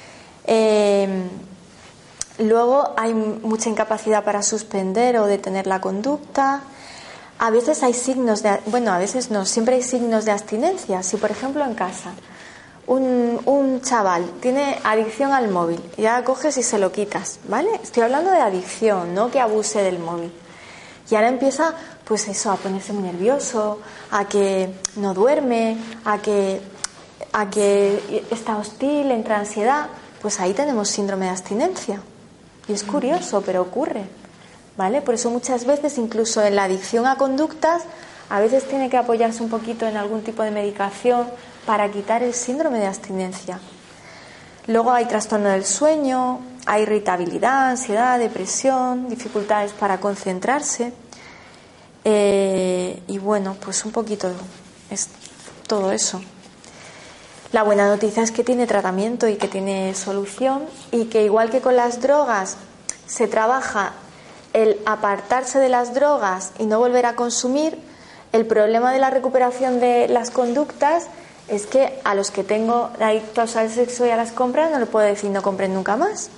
Eh, luego hay mucha incapacidad para suspender o detener la conducta. A veces hay signos de, bueno, a veces no, siempre hay signos de abstinencia. Si, por ejemplo, en casa un, un chaval tiene adicción al móvil, ya coges y se lo quitas, ¿vale? Estoy hablando de adicción, no que abuse del móvil. Y ahora empieza, pues eso, a ponerse muy nervioso, a que no duerme, a que, a que está hostil, entra ansiedad. Pues ahí tenemos síndrome de abstinencia. Y es curioso, pero ocurre, ¿vale? Por eso muchas veces, incluso en la adicción a conductas, a veces tiene que apoyarse un poquito en algún tipo de medicación para quitar el síndrome de abstinencia. Luego hay trastorno del sueño, hay irritabilidad, ansiedad, depresión, dificultades para concentrarse. Eh, y bueno, pues un poquito es todo eso. La buena noticia es que tiene tratamiento y que tiene solución, y que igual que con las drogas se trabaja el apartarse de las drogas y no volver a consumir, el problema de la recuperación de las conductas es que a los que tengo adictos al sexo y a las compras no les puedo decir no compren nunca más,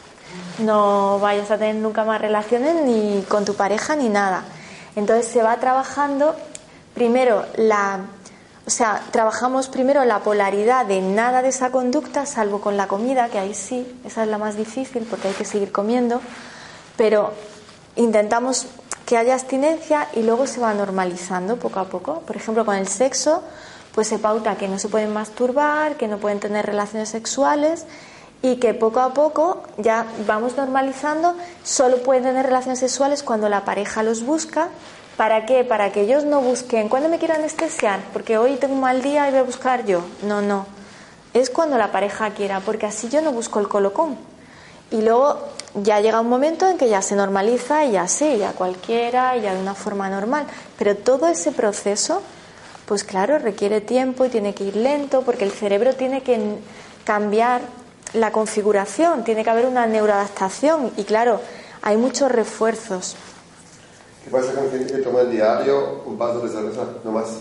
no vayas a tener nunca más relaciones ni con tu pareja ni nada. Entonces se va trabajando primero la, o sea, trabajamos primero la polaridad de nada de esa conducta, salvo con la comida, que ahí sí, esa es la más difícil porque hay que seguir comiendo, pero intentamos que haya abstinencia y luego se va normalizando poco a poco. Por ejemplo, con el sexo, pues se pauta que no se pueden masturbar, que no pueden tener relaciones sexuales, y que poco a poco ya vamos normalizando, solo pueden tener relaciones sexuales cuando la pareja los busca. ¿Para qué? Para que ellos no busquen, ¿cuándo me quiero anestesiar? Porque hoy tengo un mal día y voy a buscar yo. No, no. Es cuando la pareja quiera, porque así yo no busco el colocón. Y luego ya llega un momento en que ya se normaliza y ya sí, ya cualquiera, y ya de una forma normal. Pero todo ese proceso, pues claro, requiere tiempo y tiene que ir lento, porque el cerebro tiene que cambiar la configuración, tiene que haber una neuroadaptación, y claro, hay muchos refuerzos. ¿Qué pasa con gente que toma diario un vaso de cerveza? No más.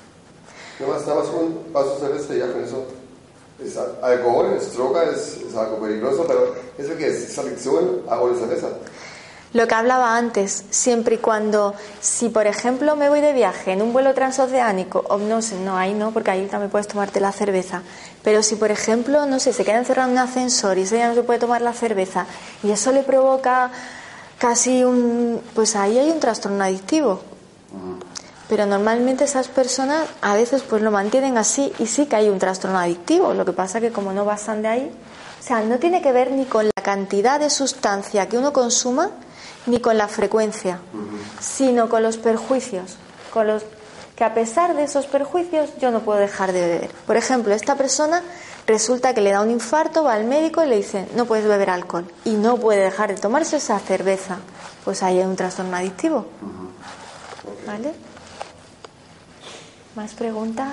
No más, nada más un vaso de cerveza y ya con eso. Es alcohol, es droga, es, es algo peligroso, pero ¿eso qué es? ¿Es adicción a una cerveza? Lo que hablaba antes, siempre y cuando, si por ejemplo me voy de viaje en un vuelo transoceánico, o no sé, no, ahí no, porque ahí también puedes tomarte la cerveza, pero si por ejemplo, no sé, se queda encerrado en un ascensor y ese ya no se puede tomar la cerveza y eso le provoca casi un, pues ahí hay un trastorno adictivo. Pero normalmente esas personas a veces pues lo mantienen así y sí que hay un trastorno adictivo. Lo que pasa que como no pasan de ahí, o sea, no tiene que ver ni con la cantidad de sustancia que uno consuma ni con la frecuencia, sino con los perjuicios, con los que a pesar de esos perjuicios yo no puedo dejar de beber. Por ejemplo, esta persona resulta que le da un infarto, va al médico y le dice no puedes beber alcohol y no puede dejar de tomarse esa cerveza. Pues ahí hay un trastorno adictivo. ¿Vale? ¿Más preguntas?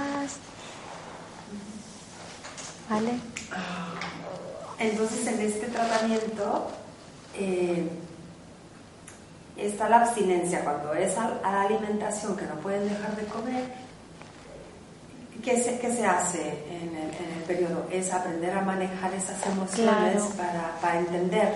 ¿Vale? Entonces, en este tratamiento eh, está la abstinencia. Cuando es a, a la alimentación, que no pueden dejar de comer, ¿qué se, qué se hace en el, en el periodo? Es aprender a manejar esas emociones, claro, para, para entender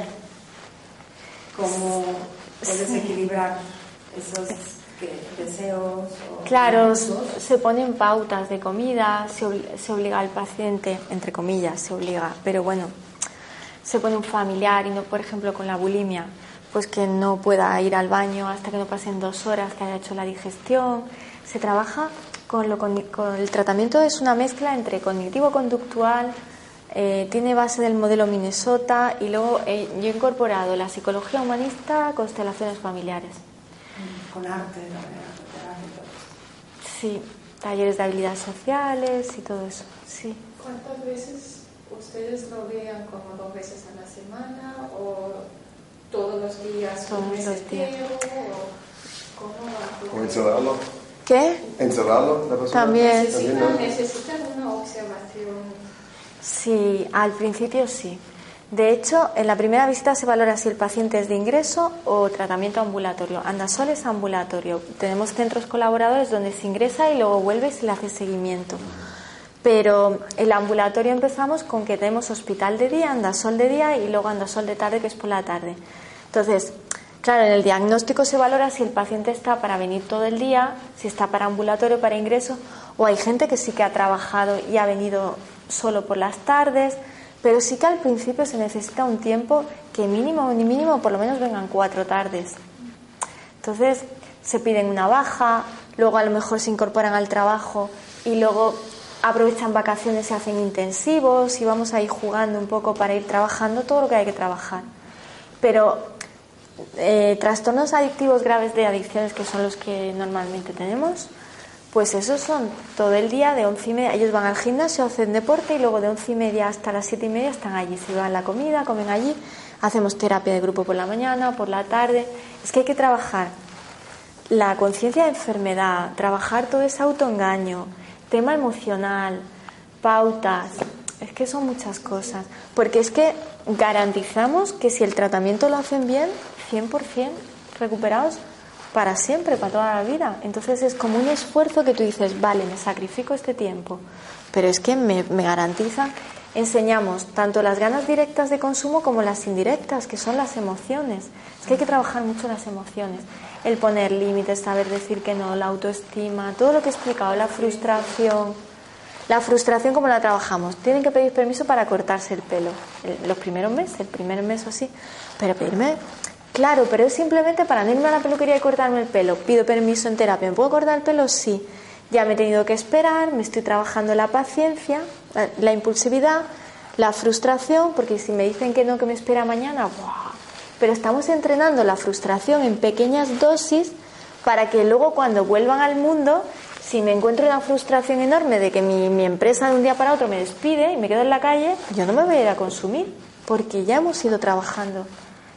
cómo puedes sí. equilibrar esos... ¿Qué? Deseos o claro, gustos. Se ponen pautas de comida, se, obli- se obliga al paciente, entre comillas, se obliga, pero bueno, se pone un familiar y no, por ejemplo, con la bulimia, pues que no pueda ir al baño hasta que no pasen dos horas, que haya hecho la digestión. Se trabaja con, lo, con, con el tratamiento, es una mezcla entre cognitivo-conductual, eh, tiene base del modelo Minnesota y luego eh, yo he incorporado la psicología humanista, constelaciones familiares. Con arte también. Sí, talleres de habilidades sociales y todo eso, sí. ¿Cuántas veces ustedes lo vean, como dos veces a la semana o todos los días? Todos los días. O ¿cómo va? ¿O encerrarlo? ¿Qué? ¿Encerrarlo la persona? También. ¿Necesitan, ¿no? necesitan una observación? Sí, al principio sí. De hecho, en la primera visita se valora si el paciente es de ingreso o tratamiento ambulatorio. Andasol es ambulatorio. Tenemos centros colaboradores donde se ingresa y luego vuelve y se le hace seguimiento. Pero el ambulatorio empezamos con que tenemos hospital de día, Andasol de día y luego Andasol de tarde, que es por la tarde. Entonces, claro, en el diagnóstico se valora si el paciente está para venir todo el día, si está para ambulatorio, para ingreso, o hay gente que sí que ha trabajado y ha venido solo por las tardes. Pero sí que al principio se necesita un tiempo que mínimo ni mínimo por lo menos vengan cuatro tardes. Entonces se piden una baja, luego a lo mejor se incorporan al trabajo y luego aprovechan vacaciones y hacen intensivos y vamos a ir jugando un poco para ir trabajando todo lo que hay que trabajar. Pero eh, trastornos adictivos graves de adicciones, que son los que normalmente tenemos, pues esos son todo el día de once y media. Ellos van al gimnasio, hacen deporte y luego de once y media hasta las siete y media están allí. Se llevan la comida, comen allí. Hacemos terapia de grupo por la mañana, por la tarde. Es que hay que trabajar la conciencia de enfermedad, trabajar todo ese autoengaño, tema emocional, pautas. Es que son muchas cosas. Porque es que garantizamos que si el tratamiento lo hacen bien, cien por ciento recuperados para siempre, para toda la vida. Entonces es como un esfuerzo que tú dices, vale, me sacrifico este tiempo, pero es que me, me garantiza. Enseñamos tanto las ganas directas de consumo como las indirectas, que son las emociones. Es que hay que trabajar mucho las emociones, el poner límites, saber decir que no, la autoestima, todo lo que he explicado, la frustración. La frustración, ¿cómo la trabajamos? Tienen que pedir permiso para cortarse el pelo el, los primeros meses, el primer mes o así, pero pedirme... Claro, pero es simplemente para no irme a la peluquería y cortarme el pelo. Pido permiso en terapia. ¿Me puedo cortar el pelo? Sí. Ya me he tenido que esperar, me estoy trabajando la paciencia, la, la impulsividad, la frustración, porque si me dicen que no, que me espera mañana, ¡buah! Pero estamos entrenando la frustración en pequeñas dosis para que luego cuando vuelvan al mundo, si me encuentro una frustración enorme de que mi, mi empresa de un día para otro me despide y me quedo en la calle, yo no me voy a ir a consumir, porque ya hemos ido trabajando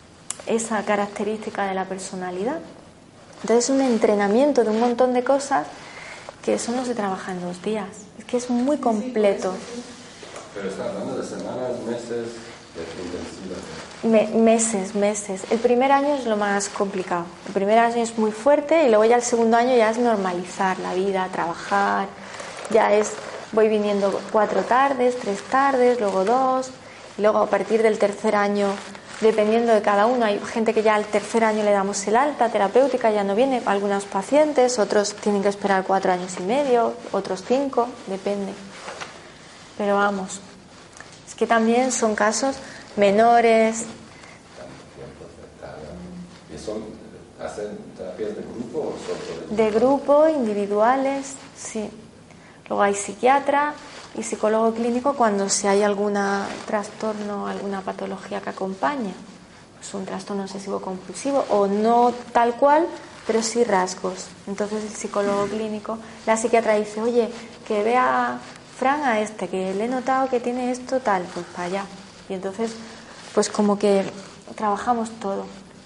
esa característica de la personalidad. Entonces es un entrenamiento de un montón de cosas que eso no se trabaja en dos días. Es que es muy completo. Pero está hablando de semanas, meses, de intensivas. Me, meses, meses. El primer año es lo más complicado. El primer año es muy fuerte y luego ya el segundo año ya es normalizar la vida, trabajar. Ya es, voy viniendo cuatro tardes, tres tardes, luego dos. Y luego a partir del tercer año, dependiendo de cada uno, hay gente que ya al tercer año le damos el alta terapéutica, ya no viene, algunos pacientes, otros tienen que esperar cuatro años y medio, otros cinco, depende. Pero vamos, es que también son casos menores. ¿Y son, hacen terapias de grupo o solo de grupo, individuales, sí. Luego hay psiquiatra y psicólogo clínico cuando si hay algún trastorno, alguna patología que acompaña, pues un trastorno obsesivo compulsivo o no tal cual, pero sí rasgos. Entonces el psicólogo clínico, la psiquiatra dice, oye, que vea Fran a este, que le he notado que tiene esto tal, pues para allá. Y entonces, pues como que trabajamos todo.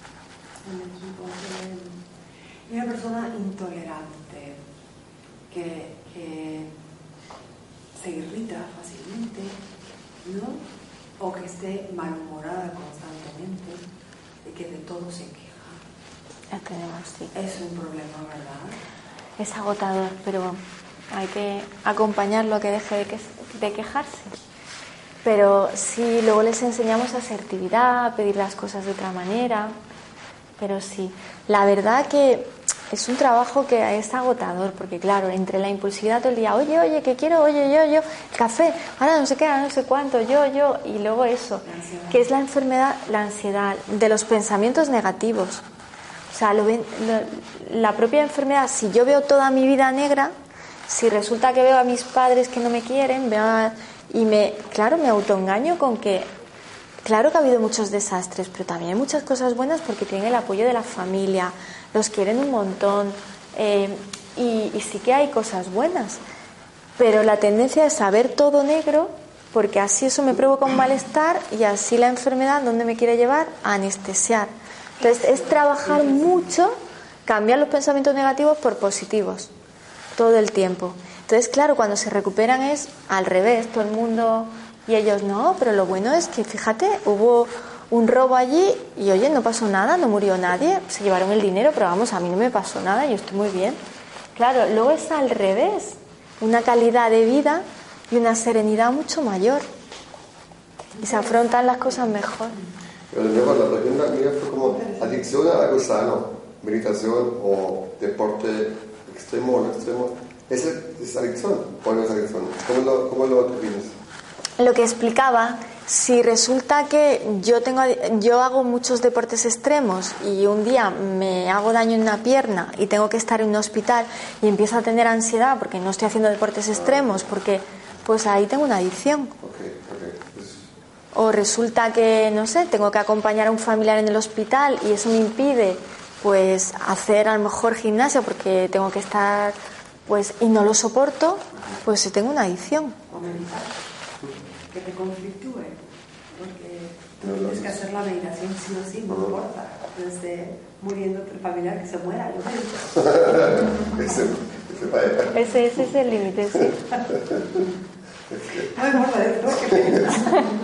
Y una persona intolerante que, que se irrita fácilmente, ¿no? O que esté malhumorada constantemente y que de todo se queja. Ya tenemos, sí. Es un problema, ¿verdad? Es agotador, pero hay que acompañarlo a que deje de, que, de quejarse. Pero sí, luego les enseñamos asertividad, a pedir las cosas de otra manera. Pero sí, la verdad que es un trabajo que es agotador, porque claro, entre la impulsividad todo el día, oye, oye, que quiero, oye, yo, yo, café, ahora no sé qué, ahora no sé cuánto, yo, yo, y luego eso, que es la enfermedad, la ansiedad, de los pensamientos negativos. O sea, lo ven, lo, la propia enfermedad, si yo veo toda mi vida negra, si resulta que veo a mis padres que no me quieren, veo a, y me, claro, me autoengaño con que, claro que ha habido muchos desastres, pero también hay muchas cosas buenas porque tienen el apoyo de la familia, los quieren un montón, eh, y, y sí que hay cosas buenas, pero la tendencia es saber todo negro, porque así eso me provoca un malestar y así la enfermedad, ¿dónde me quiere llevar? A anestesiar. Entonces es trabajar mucho, cambiar los pensamientos negativos por positivos, todo el tiempo. Entonces, claro, cuando se recuperan es al revés, todo el mundo, y ellos no, pero lo bueno es que, fíjate, hubo un robo allí y oye, no pasó nada, no murió nadie, se llevaron el dinero, pero vamos, a mí no me pasó nada, yo estoy muy bien. Claro, luego es al revés, una calidad de vida y una serenidad mucho mayor y se afrontan las cosas mejor. Pero luego la pregunta mía fue como adicción a algo sano, meditación o deporte extremo o no extremo. ¿Es, es adicción o no es adicción? ¿Cómo lo, cómo lo defines? Lo que explicaba, si resulta que yo tengo yo hago muchos deportes extremos y un día me hago daño en una pierna y tengo que estar en un hospital y empiezo a tener ansiedad porque no estoy haciendo deportes extremos, porque pues ahí tengo una adicción. Okay, okay. Pues... O resulta que, no sé, tengo que acompañar a un familiar en el hospital y eso me impide pues hacer a lo mejor gimnasia porque tengo que estar pues y no lo soporto, pues tengo una adicción. O meditar, que te conflictúe, porque tú tienes que hacer la meditación sí o sí, no importa, desde muriendo el familiar que se muera, yo medito. ese, ese, ese, ese es el límite, sí. No importa, después que piensas.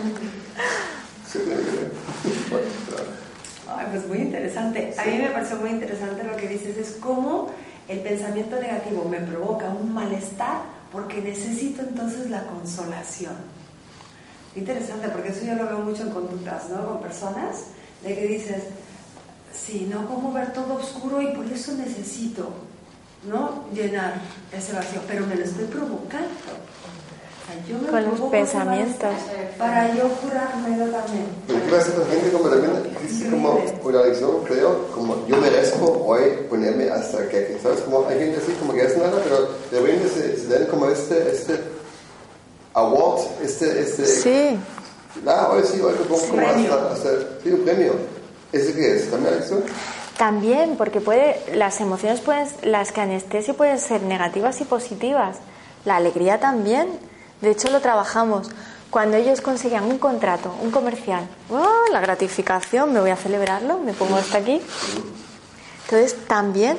Ay, pues muy interesante. A mí me pareció muy interesante lo que dices, es cómo el pensamiento negativo me provoca un malestar porque necesito entonces la consolación. Interesante, porque eso yo lo veo mucho en conductas, ¿no? Con personas, de que dices, sí, no, cómo ver todo oscuro y por eso necesito, ¿no? Llenar ese vacío, pero me lo estoy provocando. Yo me con los pensamientos para yo curármelo también. Pero ¿qué pasa con gente como también existe como una adicción, creo, como yo merezco hoy ponerme hasta que, ¿sabes? Como hay gente así como que hace nada, pero de repente se, se dan como este, este award, este, este, sí, ah, hoy sí, hoy me pongo sí. como hasta, hasta, sí, un premio. ¿Ese qué es? ¿También adicción? También, porque puede, las emociones pueden, las que anestesio pueden ser negativas y positivas. La alegría también. De hecho, lo trabajamos. Cuando ellos consiguen un contrato, un comercial, ¡oh, la gratificación! Me voy a celebrarlo, me pongo hasta aquí. Entonces, también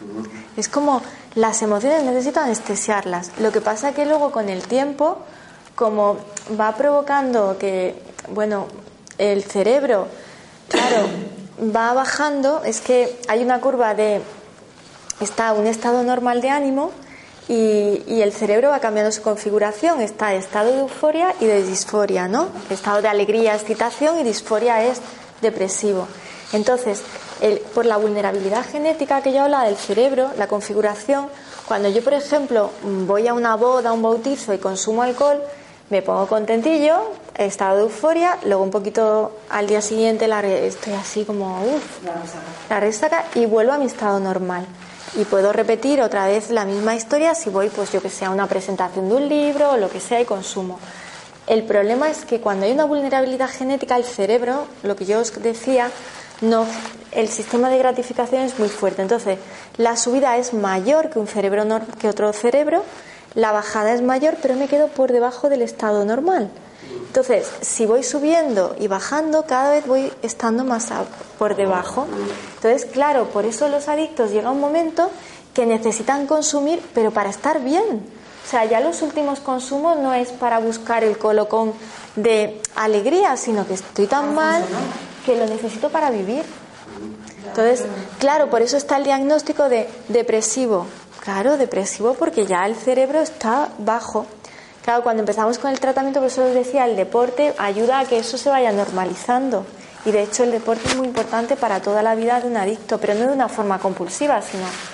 es como las emociones necesito anestesiarlas. Lo que pasa que luego con el tiempo, como va provocando que, bueno, el cerebro, claro, va bajando, es que hay una curva de, está un estado normal de ánimo, Y, y el cerebro va cambiando su configuración. Está estado de euforia y de disforia, ¿no? Estado de alegría, excitación, y disforia es depresivo. Entonces, el, por la vulnerabilidad genética que yo hablaba del cerebro, la configuración, cuando yo, por ejemplo, voy a una boda, a un bautizo y consumo alcohol, me pongo contentillo, estado de euforia, luego un poquito al día siguiente la re, estoy así como, uff, la resaca, y vuelvo a mi estado normal. Y puedo repetir otra vez la misma historia si voy, pues yo que sé, a una presentación de un libro o lo que sea y consumo. El problema es que cuando hay una vulnerabilidad genética, el cerebro, lo que yo os decía, no, el sistema de gratificación es muy fuerte. Entonces, la subida es mayor que un cerebro que otro cerebro, la bajada es mayor, pero me quedo por debajo del estado normal. Entonces, si voy subiendo y bajando, cada vez voy estando más a, por debajo. Entonces, claro, por eso los adictos llega un momento que necesitan consumir, pero para estar bien. O sea, ya los últimos consumos no es para buscar el colocón de alegría, sino que estoy tan mal que lo necesito para vivir. Entonces, claro, por eso está el diagnóstico de depresivo. Claro, depresivo porque ya el cerebro está bajo. Claro, cuando empezamos con el tratamiento, por eso os decía, el deporte ayuda a que eso se vaya normalizando. Y de hecho el deporte es muy importante para toda la vida de un adicto, pero no de una forma compulsiva, sino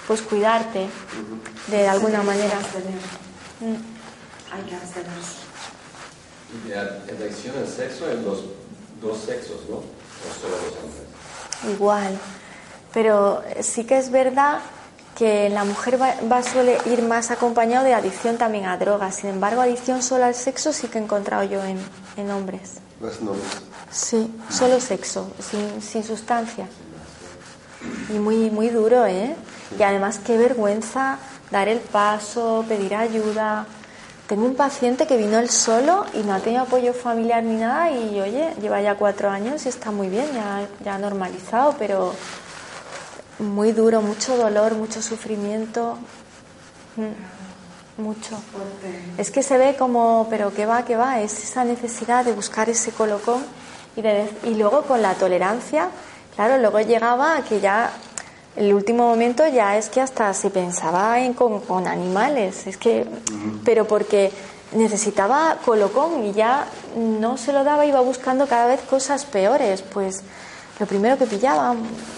pues cuidarte de alguna manera. Mm. Hay que abstenerse. Y la elección del sexo en los dos sexos, ¿no? O solo los hombres. Igual, pero sí que es verdad que la mujer va, va a suele ir más acompañado de adicción también a drogas. Sin embargo, adicción solo al sexo sí que he encontrado yo en, en hombres. ¿Los nombres? Sí, solo sexo, sin, sin sustancia. Y muy, muy duro, ¿eh? Y además qué vergüenza dar el paso, pedir ayuda. Tengo un paciente que vino él solo y no ha tenido apoyo familiar ni nada y, oye, lleva ya cuatro años y está muy bien, ya, ya normalizado, pero muy duro, mucho dolor, mucho sufrimiento, mucho. Es que se ve como, pero qué va, qué va, es esa necesidad de buscar ese colocón y, de, y luego con la tolerancia, claro, luego llegaba a que ya el último momento ya es que hasta se pensaba en con, con animales, es que, uh-huh. pero porque necesitaba colocón y ya no se lo daba, iba buscando cada vez cosas peores, pues lo primero que pillaba.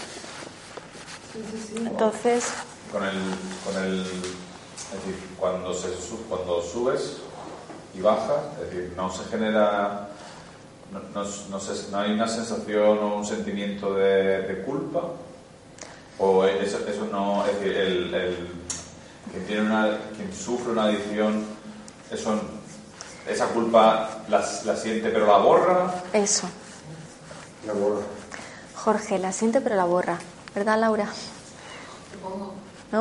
Sí, sí, sí. Entonces, con el, con el, es decir, cuando se cuando subes y bajas, es decir, no se genera, no, no, no, se, no hay una sensación o un sentimiento de, de culpa. O eso, eso no, es decir, el, el quien tiene una, quien sufre una adicción, eso, esa culpa la, la siente pero la borra. Eso. La borra. Jorge, la siente pero la borra, ¿verdad, Laura? Supongo. ¿No?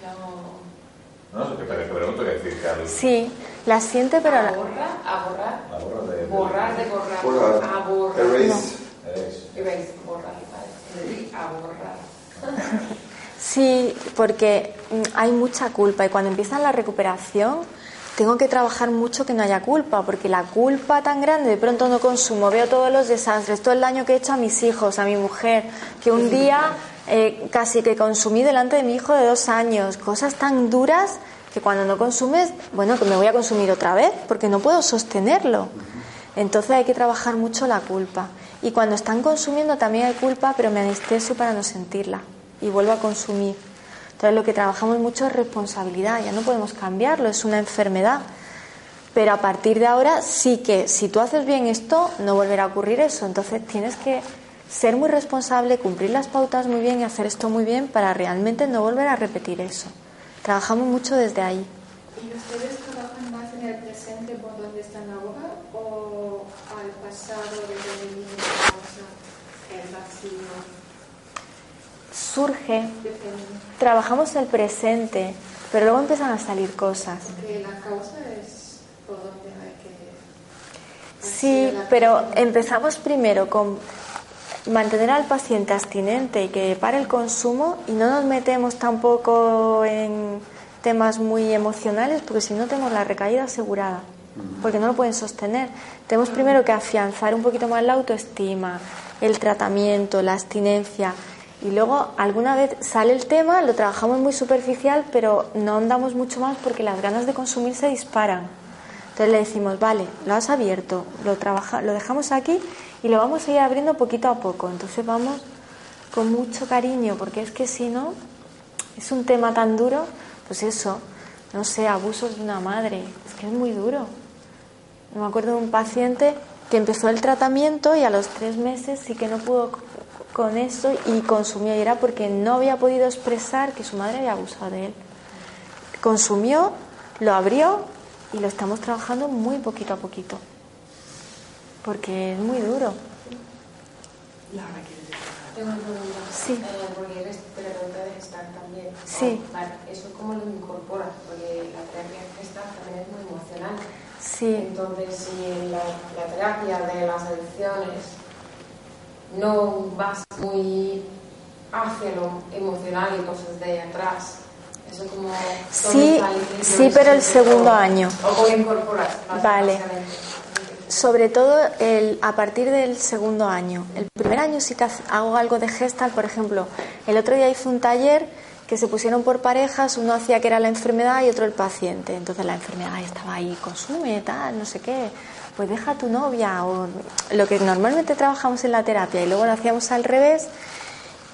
No, no, que pregunto que decir que al... Sí, la siente pero la borra, a borrar. La borra de, de borrar de borrar. Borrar. A borrar. Erase. No. Erase. Erase, borrar. A borrar. Sí, porque hay mucha culpa y cuando empieza la recuperación tengo que trabajar mucho que no haya culpa, porque la culpa tan grande, de pronto no consumo, veo todos los desastres, todo el daño que he hecho a mis hijos, a mi mujer, que un día eh, casi que consumí delante de mi hijo de dos años, cosas tan duras que cuando no consumes, bueno, que me voy a consumir otra vez porque no puedo sostenerlo. Entonces hay que trabajar mucho la culpa. Y cuando están consumiendo también hay culpa, pero me anestesio para no sentirla y vuelvo a consumir. Entonces lo que trabajamos mucho es responsabilidad, ya no podemos cambiarlo, es una enfermedad. Pero a partir de ahora sí que si tú haces bien esto, no volverá a ocurrir eso. Entonces tienes que ser muy responsable, cumplir las pautas muy bien y hacer esto muy bien para realmente no volver a repetir eso. Trabajamos mucho desde ahí. ¿Y ustedes trabajan más en el presente por donde están ahora o al pasado desde el inicio de el vacío? Surge, trabajamos el presente, pero luego empiezan a salir cosas. Porque la causa es por donde hay que... Sí, pero empezamos primero con mantener al paciente abstinente y que pare el consumo y no nos metemos tampoco en temas muy emocionales porque si no tenemos la recaída asegurada, porque no lo pueden sostener. Tenemos primero que afianzar un poquito más la autoestima, el tratamiento, la abstinencia. Y luego alguna vez sale el tema, lo trabajamos muy superficial, pero no andamos mucho más porque las ganas de consumir se disparan. Entonces le decimos, vale, lo has abierto, lo, trabaja, lo dejamos aquí y lo vamos a ir abriendo poquito a poco. Entonces vamos con mucho cariño, porque es que si no, es un tema tan duro, pues eso, no sé, abusos de una madre, es que es muy duro. Me acuerdo de un paciente que empezó el tratamiento y a los tres meses sí que no pudo con eso y consumió, y era porque no había podido expresar que su madre había abusado de él. Consumió, lo abrió y lo estamos trabajando muy poquito a poquito porque es muy duro. Laura, ¿quieres decir? Tengo una pregunta. Sí. Eh, porque eres terapeuta de Gestalt también. Sí. Oh, vale, ¿eso cómo lo incorporas? Porque la terapia de Gestalt también es muy emocional. Sí. Entonces, si en la, la terapia de las adicciones no vas muy hacia lo emocional y cosas de atrás, eso como... Sí, sí, pero el segundo año. ¿O lo incorporas? Vale. Sobre todo el, a partir del segundo año. El primer año sí que hago algo de Gestalt, por ejemplo. El otro día hice un taller que se pusieron por parejas, uno hacía que era la enfermedad y otro el paciente. Entonces la enfermedad estaba ahí, consume, tal, no sé qué. Pues deja a tu novia, o lo que normalmente trabajamos en la terapia, y luego lo hacíamos al revés.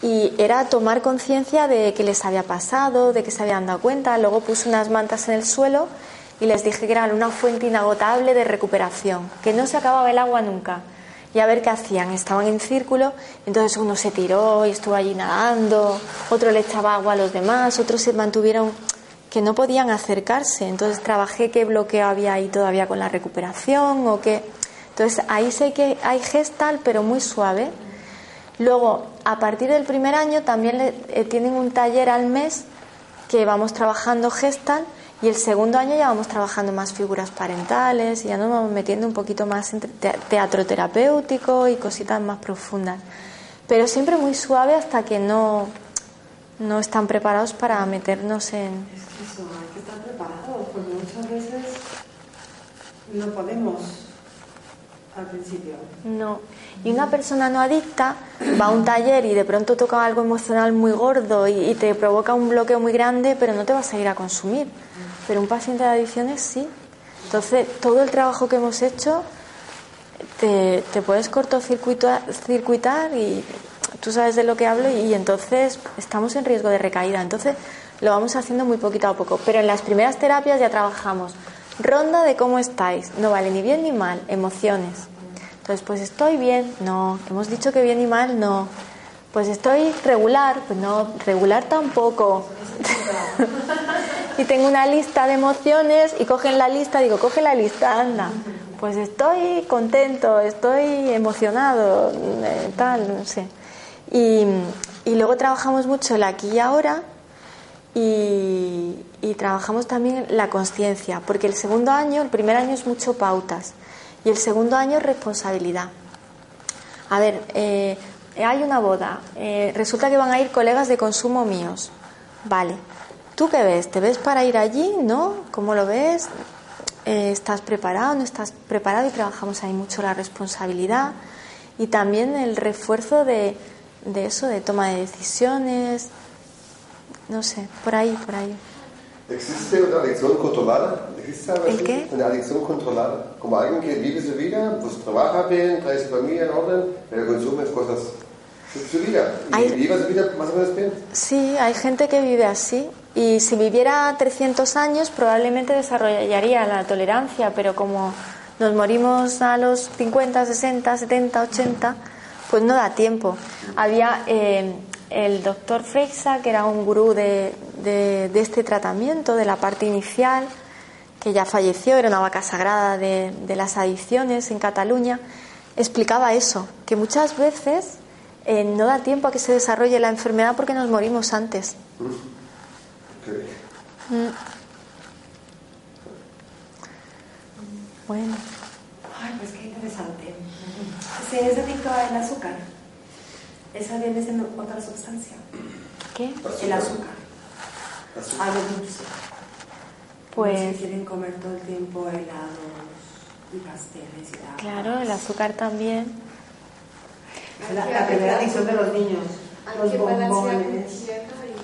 y era tomar conciencia de qué les había pasado, de que se habían dado cuenta. Luego puse unas mantas en el suelo y les dije que eran una fuente inagotable de recuperación, que no se acababa el agua nunca. Y a ver qué hacían. Estaban en círculo, entonces uno se tiró y estuvo allí nadando, otro le echaba agua a los demás, otros se mantuvieron que no podían acercarse. Entonces trabajé qué bloqueo había ahí todavía con la recuperación o qué. Entonces ahí sé que hay Gestalt, pero muy suave. Luego, a partir del primer año también le, eh, tienen un taller al mes que vamos trabajando Gestalt, y el segundo año ya vamos trabajando más figuras parentales y ya nos vamos metiendo un poquito más en teatro terapéutico y cositas más profundas. Pero siempre muy suave hasta que no, no están preparados para meternos en... Es que eso, hay que estar preparados, porque muchas veces no podemos al principio. No. Y una persona no adicta va a un taller y de pronto toca algo emocional muy gordo y, y te provoca un bloqueo muy grande, pero no te vas a ir a consumir. Pero un paciente de adicciones sí. Entonces, todo el trabajo que hemos hecho te, te puedes cortocircuitar circuitar y tú sabes de lo que hablo, y, y entonces estamos en riesgo de recaída. Entonces, lo vamos haciendo muy poquito a poco. Pero en las primeras terapias ya trabajamos ronda de cómo estáis. No vale ni bien ni mal, emociones. Entonces, pues estoy bien, no. Hemos dicho que bien y mal, no. Pues estoy regular, pues no, regular tampoco. Y tengo una lista de emociones y cogen la lista, digo, coge la lista, anda. Pues estoy contento, estoy emocionado, eh, tal, no sé. Y, y luego trabajamos mucho el aquí y ahora y, y trabajamos también la consciencia, porque el segundo año, el primer año es mucho pautas y el segundo año es responsabilidad. A ver, eh, hay una boda, eh, resulta que van a ir colegas de consumo míos, vale. ¿Tú qué ves? ¿Te ves para ir allí? ¿No? ¿Cómo lo ves? Eh, ¿Estás preparado? ¿No estás preparado? Y trabajamos ahí mucho la responsabilidad y también el refuerzo de, de eso, de toma de decisiones, no sé, por ahí, por ahí. ¿Existe una adicción controlada? ¿Existe algo ¿El así? qué? Una adicción controlada. Como alguien que vive su vida, pues trabaja bien, trae su familia en orden, pero consume cosas de su vida. Y hay... vive su vida más o menos bien. Sí, hay gente que vive así. Y si viviera trescientos años probablemente desarrollaría la tolerancia, pero como nos morimos a los cincuenta, sesenta, setenta, ochenta, pues no da tiempo. Había eh, el doctor Freixa, que era un gurú de, de, de este tratamiento, de la parte inicial, que ya falleció, era una vaca sagrada de, de las adicciones en Cataluña, explicaba eso, que muchas veces eh, no da tiempo a que se desarrolle la enfermedad porque nos morimos antes. Okay. Mm. Bueno. Ay, pues qué interesante. Si es adicto al azúcar, esa viene siendo otra sustancia. ¿Qué? El azúcar. azúcar. Algo dulce. Pues. Los que quieren comer todo el tiempo helados y pasteles y tal. Claro, el azúcar también. Es la, la primera adicción de los niños. Hay que balancear con tierra y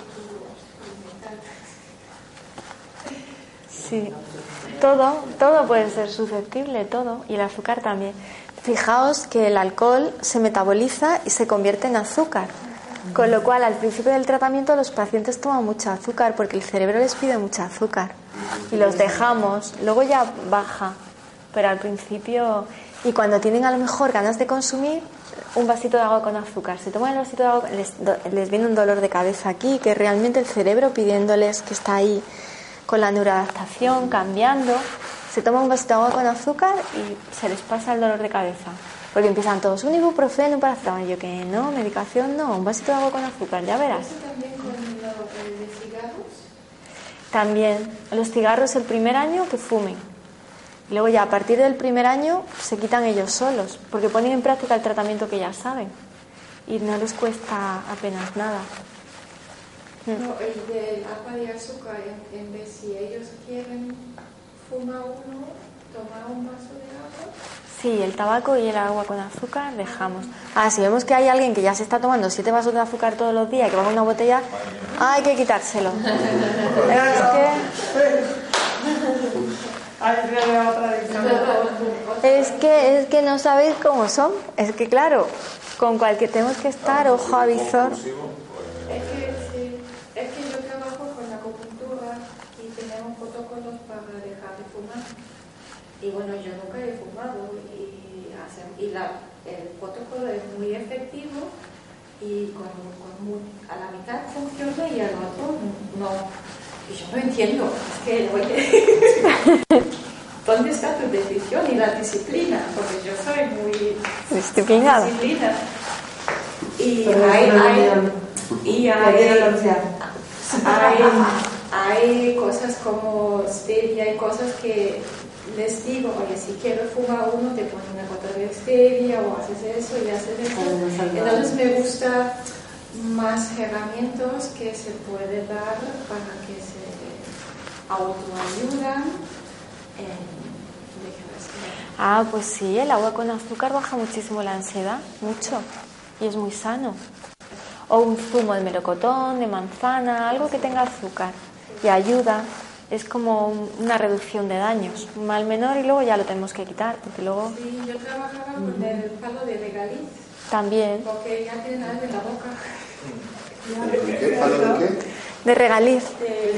Sí, todo, todo puede ser susceptible, todo, y el azúcar también. Fijaos que el alcohol se metaboliza y se convierte en azúcar, con lo cual al principio del tratamiento los pacientes toman mucho azúcar porque el cerebro les pide mucho azúcar y los dejamos, luego ya baja, pero al principio, y cuando tienen a lo mejor ganas de consumir, un vasito de agua con azúcar, se toman el vasito de agua, les, les viene un dolor de cabeza aquí, que es realmente el cerebro pidiéndoles que está ahí con la neuroadaptación, cambiando, se toma un vasito de agua con azúcar y se les pasa el dolor de cabeza. Porque empiezan todos, un ibuprofeno, un paracetamol. Yo que no, medicación no, un vasito de agua con azúcar, ya verás. ¿Eso también con lo de cigarros? También, los cigarros el primer año que fumen. Y luego ya a partir del primer año se quitan ellos solos, porque ponen en práctica el tratamiento que ya saben. Y no les cuesta apenas nada. No, el del agua de azúcar, en, en vez si ellos quieren fumar uno, tomar un vaso de agua. Sí, el tabaco y el agua con azúcar dejamos. Ah, si vemos que hay alguien que ya se está tomando siete vasos de azúcar todos los días y que va con una botella, ah, hay que quitárselo. Es que... es que es que no sabéis cómo son. Es que claro, con cualquier tenemos que estar ojo a visor. protocolos para dejar de fumar. Y bueno, yo nunca he fumado y, hace, y la, el protocolo es muy efectivo y con, con muy, a la mitad funciona y al otro no. Y yo no entiendo, es que, oye, ¿dónde está tu decisión y la disciplina? Porque yo soy muy disciplinada. Disciplina. Y hay, hay, y hay, hay, hay cosas como stevia, hay cosas que les digo, oye, si quiero fumar uno, te pones una gota de stevia o haces eso y haces eso. Entonces me gusta más herramientas que se puede dar para que se autoayudan en Ah, pues sí, el agua con azúcar baja muchísimo la ansiedad, mucho, y es muy sano. O un zumo de melocotón, de manzana, algo que tenga azúcar y ayuda, es como un, una reducción de daños, un mal menor y luego ya lo tenemos que quitar, porque luego... Sí, yo trabajaba con el palo de regaliz. También. Porque ya tienen algo en la boca. ¿De qué? ¿Palo de qué? De regaliz. De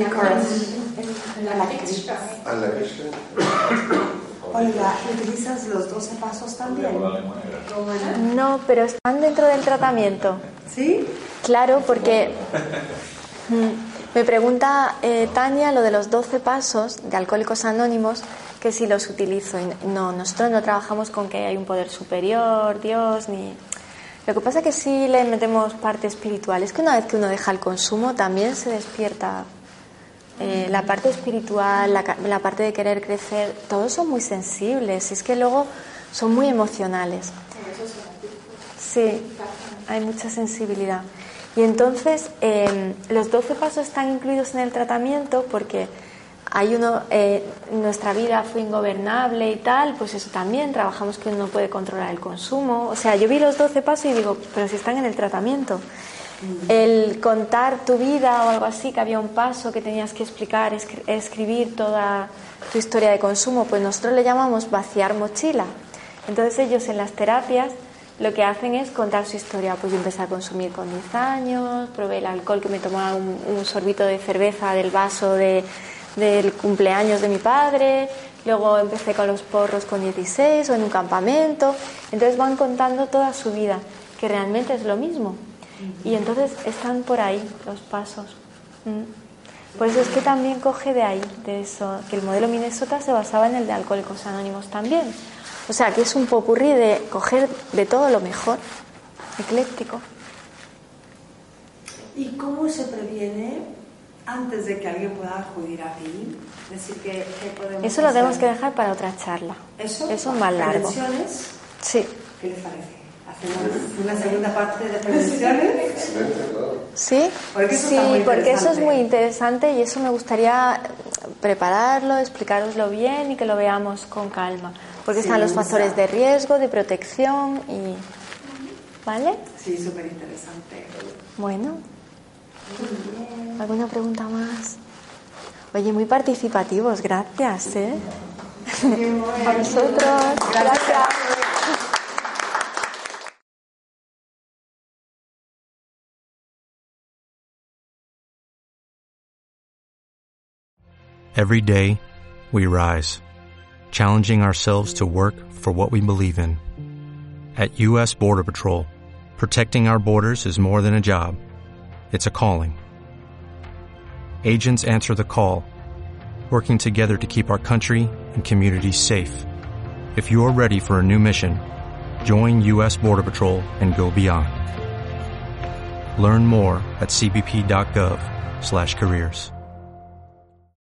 la, la pizca. ¿A la pizca? Oiga, ¿utilizas los doce pasos también? No, pero están dentro del tratamiento. ¿Sí? Claro, porque me pregunta eh, Tania lo de los doce pasos de Alcohólicos Anónimos, que si los utilizo. Y no, nosotros no trabajamos con que hay un poder superior, Dios, ni... Lo que pasa es que sí le metemos parte espiritual. Es que una vez que uno deja el consumo también se despierta eh, la parte espiritual, la, la parte de querer crecer. Todos son muy sensibles. Y es que luego son muy emocionales. Sí, hay mucha sensibilidad. Y entonces eh, los doce pasos están incluidos en el tratamiento porque hay uno, eh, nuestra vida fue ingobernable y tal, pues eso también, trabajamos que uno puede controlar el consumo. O sea, yo vi los doce pasos y digo, pero si están en el tratamiento. El contar tu vida o algo así, que había un paso que tenías que explicar, escri- escribir toda tu historia de consumo, pues nosotros le llamamos vaciar mochila. Entonces ellos en las terapias lo que hacen es contar su historia. Pues yo empecé a consumir con diez años, probé el alcohol, que me tomaba un, un sorbito de cerveza del vaso de, del cumpleaños de mi padre, luego empecé con los porros con dieciséis o en un campamento. Entonces van contando toda su vida, que realmente es lo mismo. Y entonces están por ahí los pasos. Mm. Por eso es que también coge de ahí, de eso, que el modelo Minnesota se basaba en el de Alcohólicos Anónimos también. O sea, que es un popurrí de coger de todo lo mejor, ecléctico. ¿Y cómo se previene antes de que alguien pueda acudir a ti? Es decir, que, que podemos Eso lo hacer? tenemos que dejar para otra charla. ¿Eso? Eso es más largo. ¿Prevenciones? Sí. ¿Qué les parece? ¿Hacemos una segunda parte de prevenciones? ¿Sí? Porque eso sí, está muy porque eso es interesante. muy interesante y eso me gustaría prepararlo, explicaroslo bien y que lo veamos con calma. Porque Sí, están los me gusta. factores de riesgo, de protección y... ¿Vale? Sí, súper interesante. Bueno. ¿Alguna pregunta más? Oye, muy participativos, gracias, ¿eh? A vosotros. Gracias. Every day, we rise, challenging ourselves to work for what we believe in. At U S Border Patrol, protecting our borders is more than a job. It's a calling. Agents answer the call, working together to keep our country and communities safe. If you're ready for a new mission, join U S Border Patrol and go beyond. Learn more at c b p dot gov slash careers.